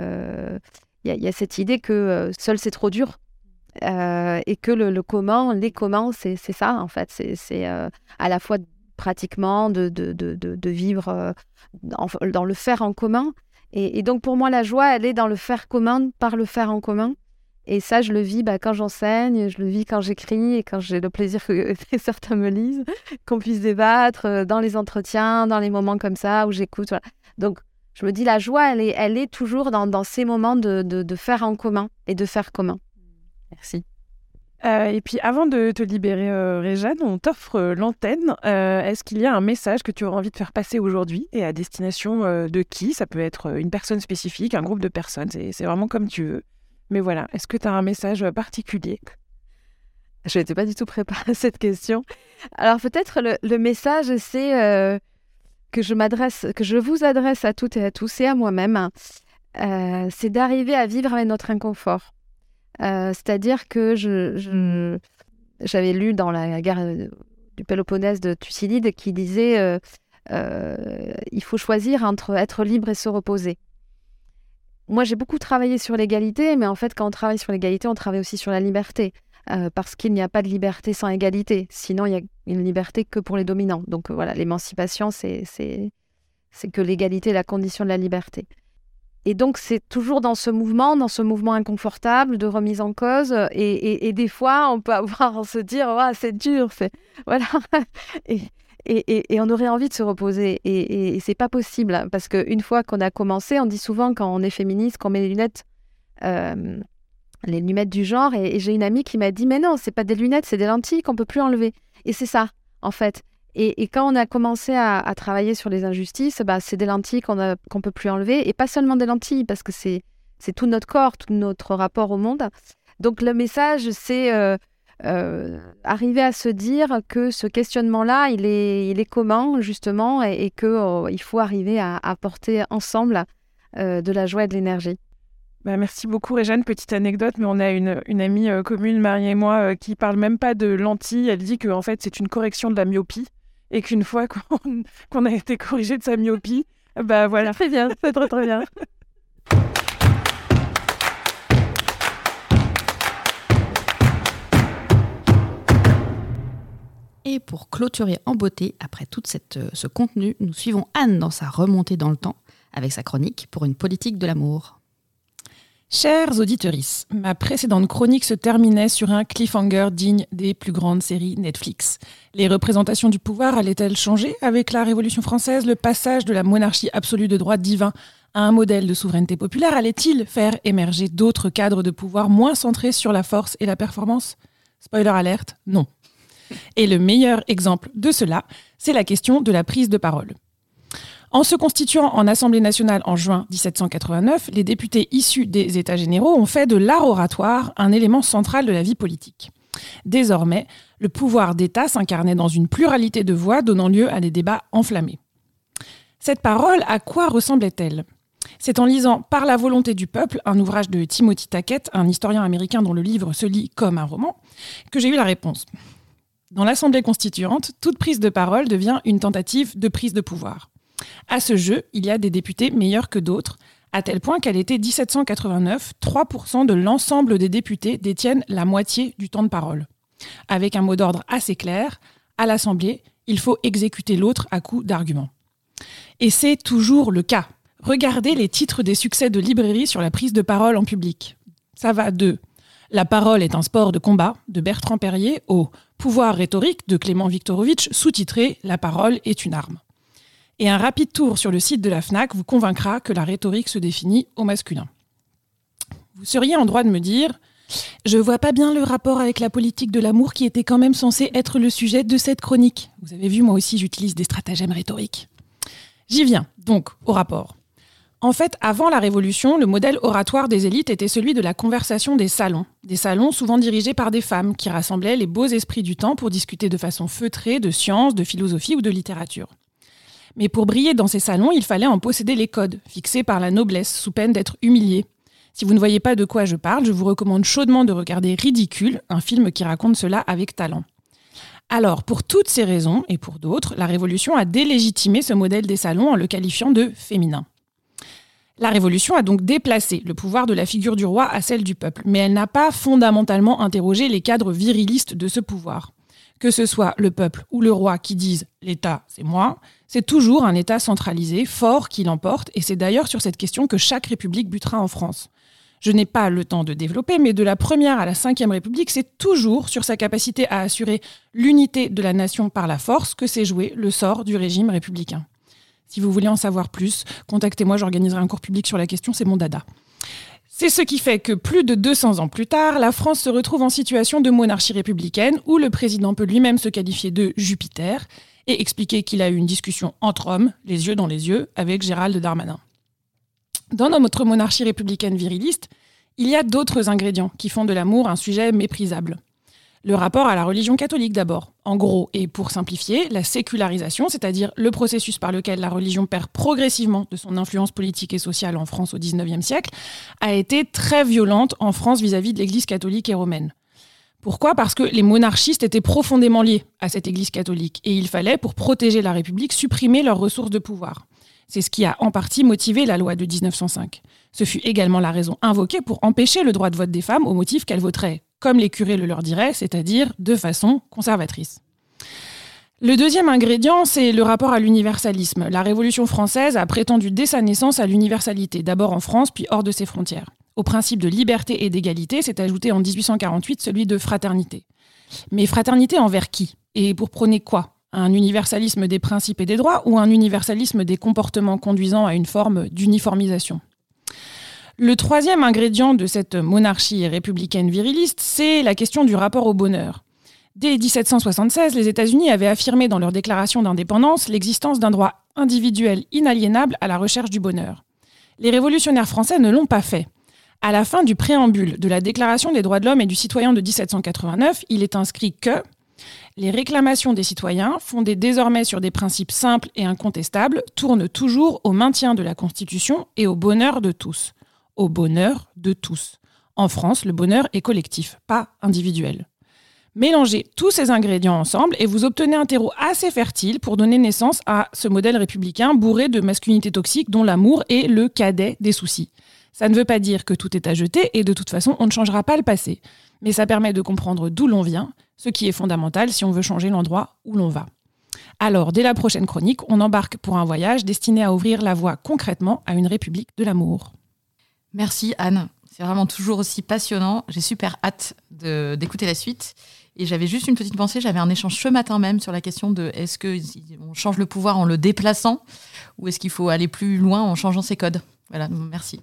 a cette idée que seul c'est trop dur, et que les communs, c'est ça en fait. C'est à la fois pratiquement de vivre dans le faire en commun. Et donc pour moi, la joie, elle est dans le faire commun, par le faire en commun. Et ça, je le vis quand j'enseigne, je le vis quand j'écris et quand j'ai le plaisir que certains me lisent, qu'on puisse débattre dans les entretiens, dans les moments comme ça où j'écoute. Voilà. Donc, je me dis, la joie, elle est toujours dans ces moments de faire en commun et de faire commun. Merci. Et puis, avant de te libérer, Réjeanne, on t'offre l'antenne. Est-ce qu'il y a un message que tu aurais envie de faire passer aujourd'hui, et à destination de qui? Ça peut être une personne spécifique, un groupe de personnes, c'est vraiment comme tu veux. Mais voilà, est-ce que tu as un message particulier? Je n'étais pas du tout préparée à cette question. Alors peut-être le message, c'est que je vous adresse à toutes et à tous, et à moi-même, c'est d'arriver à vivre avec notre inconfort. C'est-à-dire que j'avais lu dans la guerre du Péloponnèse de Thucydide qui disait il faut choisir entre être libre et se reposer. Moi, j'ai beaucoup travaillé sur l'égalité, mais en fait, quand on travaille sur l'égalité, on travaille aussi sur la liberté, parce qu'il n'y a pas de liberté sans égalité. Sinon, il n'y a une liberté que pour les dominants. Donc voilà, l'émancipation, c'est que l'égalité est la condition de la liberté. Et donc, c'est toujours dans ce mouvement inconfortable de remise en cause. Et des fois, on peut se dire, oh, c'est dur, voilà. Et on aurait envie de se reposer. Et c'est pas possible. Parce qu'une fois qu'on a commencé, on dit souvent quand on est féministe, qu'on met les lunettes du genre. Et j'ai une amie qui m'a dit, mais non, c'est pas des lunettes, c'est des lentilles qu'on peut plus enlever. Et c'est ça, en fait. Et quand on a commencé à travailler sur les injustices, c'est des lentilles qu'on peut plus enlever. Et pas seulement des lentilles, parce que c'est tout notre corps, tout notre rapport au monde. Donc le message, c'est arriver à se dire que ce questionnement-là, il est commun, justement, et qu'il faut arriver à apporter ensemble de la joie et de l'énergie. Merci beaucoup, Réjeanne. Petite anecdote, mais on a une amie commune, Marie et moi, qui parle même pas de lentilles. Elle dit qu'en fait, c'est une correction de la myopie et qu'une fois qu'on a été corrigé de sa myopie, voilà. C'est très bien, c'est très très bien. Et pour clôturer en beauté, après tout ce contenu, nous suivons Anne dans sa remontée dans le temps avec sa chronique pour une politique de l'amour. Chers auditrices, ma précédente chronique se terminait sur un cliffhanger digne des plus grandes séries Netflix. Les représentations du pouvoir allaient-elles changer avec la Révolution française? Le passage de la monarchie absolue de droit divin à un modèle de souveraineté populaire allait-il faire émerger d'autres cadres de pouvoir moins centrés sur la force et la performance? Spoiler alerte, non. Et le meilleur exemple de cela, c'est la question de la prise de parole. En se constituant en Assemblée nationale en juin 1789, les députés issus des États généraux ont fait de l'art oratoire un élément central de la vie politique. Désormais, le pouvoir d'État s'incarnait dans une pluralité de voix donnant lieu à des débats enflammés. Cette parole, à quoi ressemblait-elle ? C'est en lisant Par la volonté du peuple, un ouvrage de Timothy Tackett, un historien américain dont le livre se lit comme un roman, que j'ai eu la réponse. Dans l'Assemblée constituante, toute prise de parole devient une tentative de prise de pouvoir. À ce jeu, il y a des députés meilleurs que d'autres, à tel point qu'à l'été 1789, 3% de l'ensemble des députés détiennent la moitié du temps de parole. Avec un mot d'ordre assez clair, à l'Assemblée, il faut exécuter l'autre à coups d'arguments. Et c'est toujours le cas. Regardez les titres des succès de librairie sur la prise de parole en public. Ça va de « La parole est un sport de combat » de Bertrand Perrier au « Pouvoir rhétorique » de Clément Viktorovitch, sous-titré « La parole est une arme ». Et un rapide tour sur le site de la FNAC vous convaincra que la rhétorique se définit au masculin. Vous seriez en droit de me dire « Je vois pas bien le rapport avec la politique de l'amour qui était quand même censé être le sujet de cette chronique. » Vous avez vu, moi aussi, j'utilise des stratagèmes rhétoriques. J'y viens, donc, au rapport. En fait, avant la Révolution, le modèle oratoire des élites était celui de la conversation des salons souvent dirigés par des femmes qui rassemblaient les beaux esprits du temps pour discuter de façon feutrée de sciences, de philosophie ou de littérature. Mais pour briller dans ces salons, il fallait en posséder les codes, fixés par la noblesse, sous peine d'être humilié. Si vous ne voyez pas de quoi je parle, je vous recommande chaudement de regarder Ridicule, un film qui raconte cela avec talent. Alors, pour toutes ces raisons, et pour d'autres, la Révolution a délégitimé ce modèle des salons en le qualifiant de féminin. La Révolution a donc déplacé le pouvoir de la figure du roi à celle du peuple, mais elle n'a pas fondamentalement interrogé les cadres virilistes de ce pouvoir. Que ce soit le peuple ou le roi qui disent « l'État, c'est moi », c'est toujours un État centralisé, fort, qui l'emporte, et c'est d'ailleurs sur cette question que chaque république butera en France. Je n'ai pas le temps de développer, mais de la première à la 5e République, c'est toujours sur sa capacité à assurer l'unité de la nation par la force que s'est joué le sort du régime républicain. Si vous voulez en savoir plus, contactez-moi, j'organiserai un cours public sur la question, c'est mon dada. C'est ce qui fait que plus de 200 ans plus tard, la France se retrouve en situation de monarchie républicaine où le président peut lui-même se qualifier de Jupiter et expliquer qu'il a eu une discussion entre hommes, les yeux dans les yeux, avec Gérald Darmanin. Dans notre monarchie républicaine viriliste, il y a d'autres ingrédients qui font de l'amour un sujet méprisable. Le rapport à la religion catholique d'abord. En gros, et pour simplifier, la sécularisation, c'est-à-dire le processus par lequel la religion perd progressivement de son influence politique et sociale en France au XIXe siècle, a été très violente en France vis-à-vis de l'Église catholique et romaine. Pourquoi ? Parce que les monarchistes étaient profondément liés à cette Église catholique et il fallait, pour protéger la République, supprimer leurs ressources de pouvoir. C'est ce qui a en partie motivé la loi de 1905. Ce fut également la raison invoquée pour empêcher le droit de vote des femmes au motif qu'elles voteraient, comme les curés le leur diraient, c'est-à-dire de façon conservatrice. Le deuxième ingrédient, c'est le rapport à l'universalisme. La Révolution française a prétendu dès sa naissance à l'universalité, d'abord en France, puis hors de ses frontières. Au principe de liberté et d'égalité s'est ajouté en 1848 celui de fraternité. Mais fraternité envers qui ? Et pour prôner quoi ? Un universalisme des principes et des droits ou un universalisme des comportements conduisant à une forme d'uniformisation ? Le troisième ingrédient de cette monarchie républicaine viriliste, c'est la question du rapport au bonheur. Dès 1776, les États-Unis avaient affirmé dans leur déclaration d'indépendance l'existence d'un droit individuel inaliénable à la recherche du bonheur. Les révolutionnaires français ne l'ont pas fait. À la fin du préambule de la Déclaration des droits de l'homme et du citoyen de 1789, il est inscrit que les réclamations des citoyens, fondées désormais sur des principes simples et incontestables, tournent toujours au maintien de la Constitution et au bonheur de tous. Au bonheur de tous. En France, le bonheur est collectif, pas individuel. Mélangez tous ces ingrédients ensemble et vous obtenez un terreau assez fertile pour donner naissance à ce modèle républicain bourré de masculinité toxique dont l'amour est le cadet des soucis. Ça ne veut pas dire que tout est à jeter et de toute façon, on ne changera pas le passé. Mais ça permet de comprendre d'où l'on vient, ce qui est fondamental si on veut changer l'endroit où l'on va. Alors, dès la prochaine chronique, on embarque pour un voyage destiné à ouvrir la voie concrètement à une république de l'amour. Merci Anne, c'est vraiment toujours aussi passionnant. J'ai super hâte d'écouter la suite. Et j'avais juste une petite pensée, j'avais un échange ce matin même sur la question de est-ce qu'on change le pouvoir en le déplaçant ou est-ce qu'il faut aller plus loin en changeant ses codes. Voilà, merci.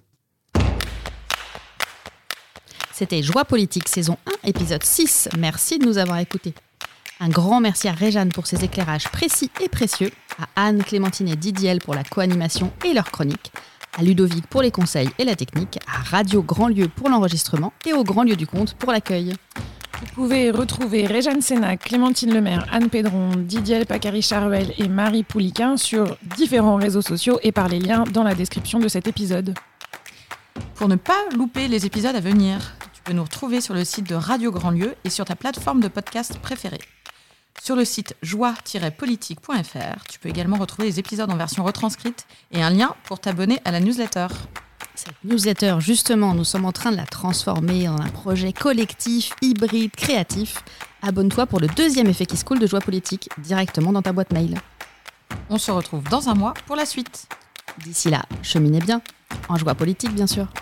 C'était Joie politique, saison 1, épisode 6. Merci de nous avoir écoutés. Un grand merci à Réjeanne pour ses éclairages précis et précieux, à Anne, Clémentine et Didiel pour la co-animation et leurs chroniques, à Ludovic pour les conseils et la technique, à Radio Grand Lieu pour l'enregistrement et au Grand Lieu du Conte pour l'accueil. Vous pouvez retrouver Réjeanne Sénac, Clémentine Lemaire, Anne Pédron, Didier Pacari-Charuel et Marie Pouliquin sur différents réseaux sociaux et par les liens dans la description de cet épisode. Pour ne pas louper les épisodes à venir, tu peux nous retrouver sur le site de Radio Grand Lieu et sur ta plateforme de podcast préférée. Sur le site joie-politique.fr, tu peux également retrouver les épisodes en version retranscrite et un lien pour t'abonner à la newsletter. Cette newsletter, justement, nous sommes en train de la transformer en un projet collectif, hybride, créatif. Abonne-toi pour le 2e effet qui se coule de Joie politique, directement dans ta boîte mail. On se retrouve dans un mois pour la suite. D'ici là, cheminez bien. En joie politique, bien sûr.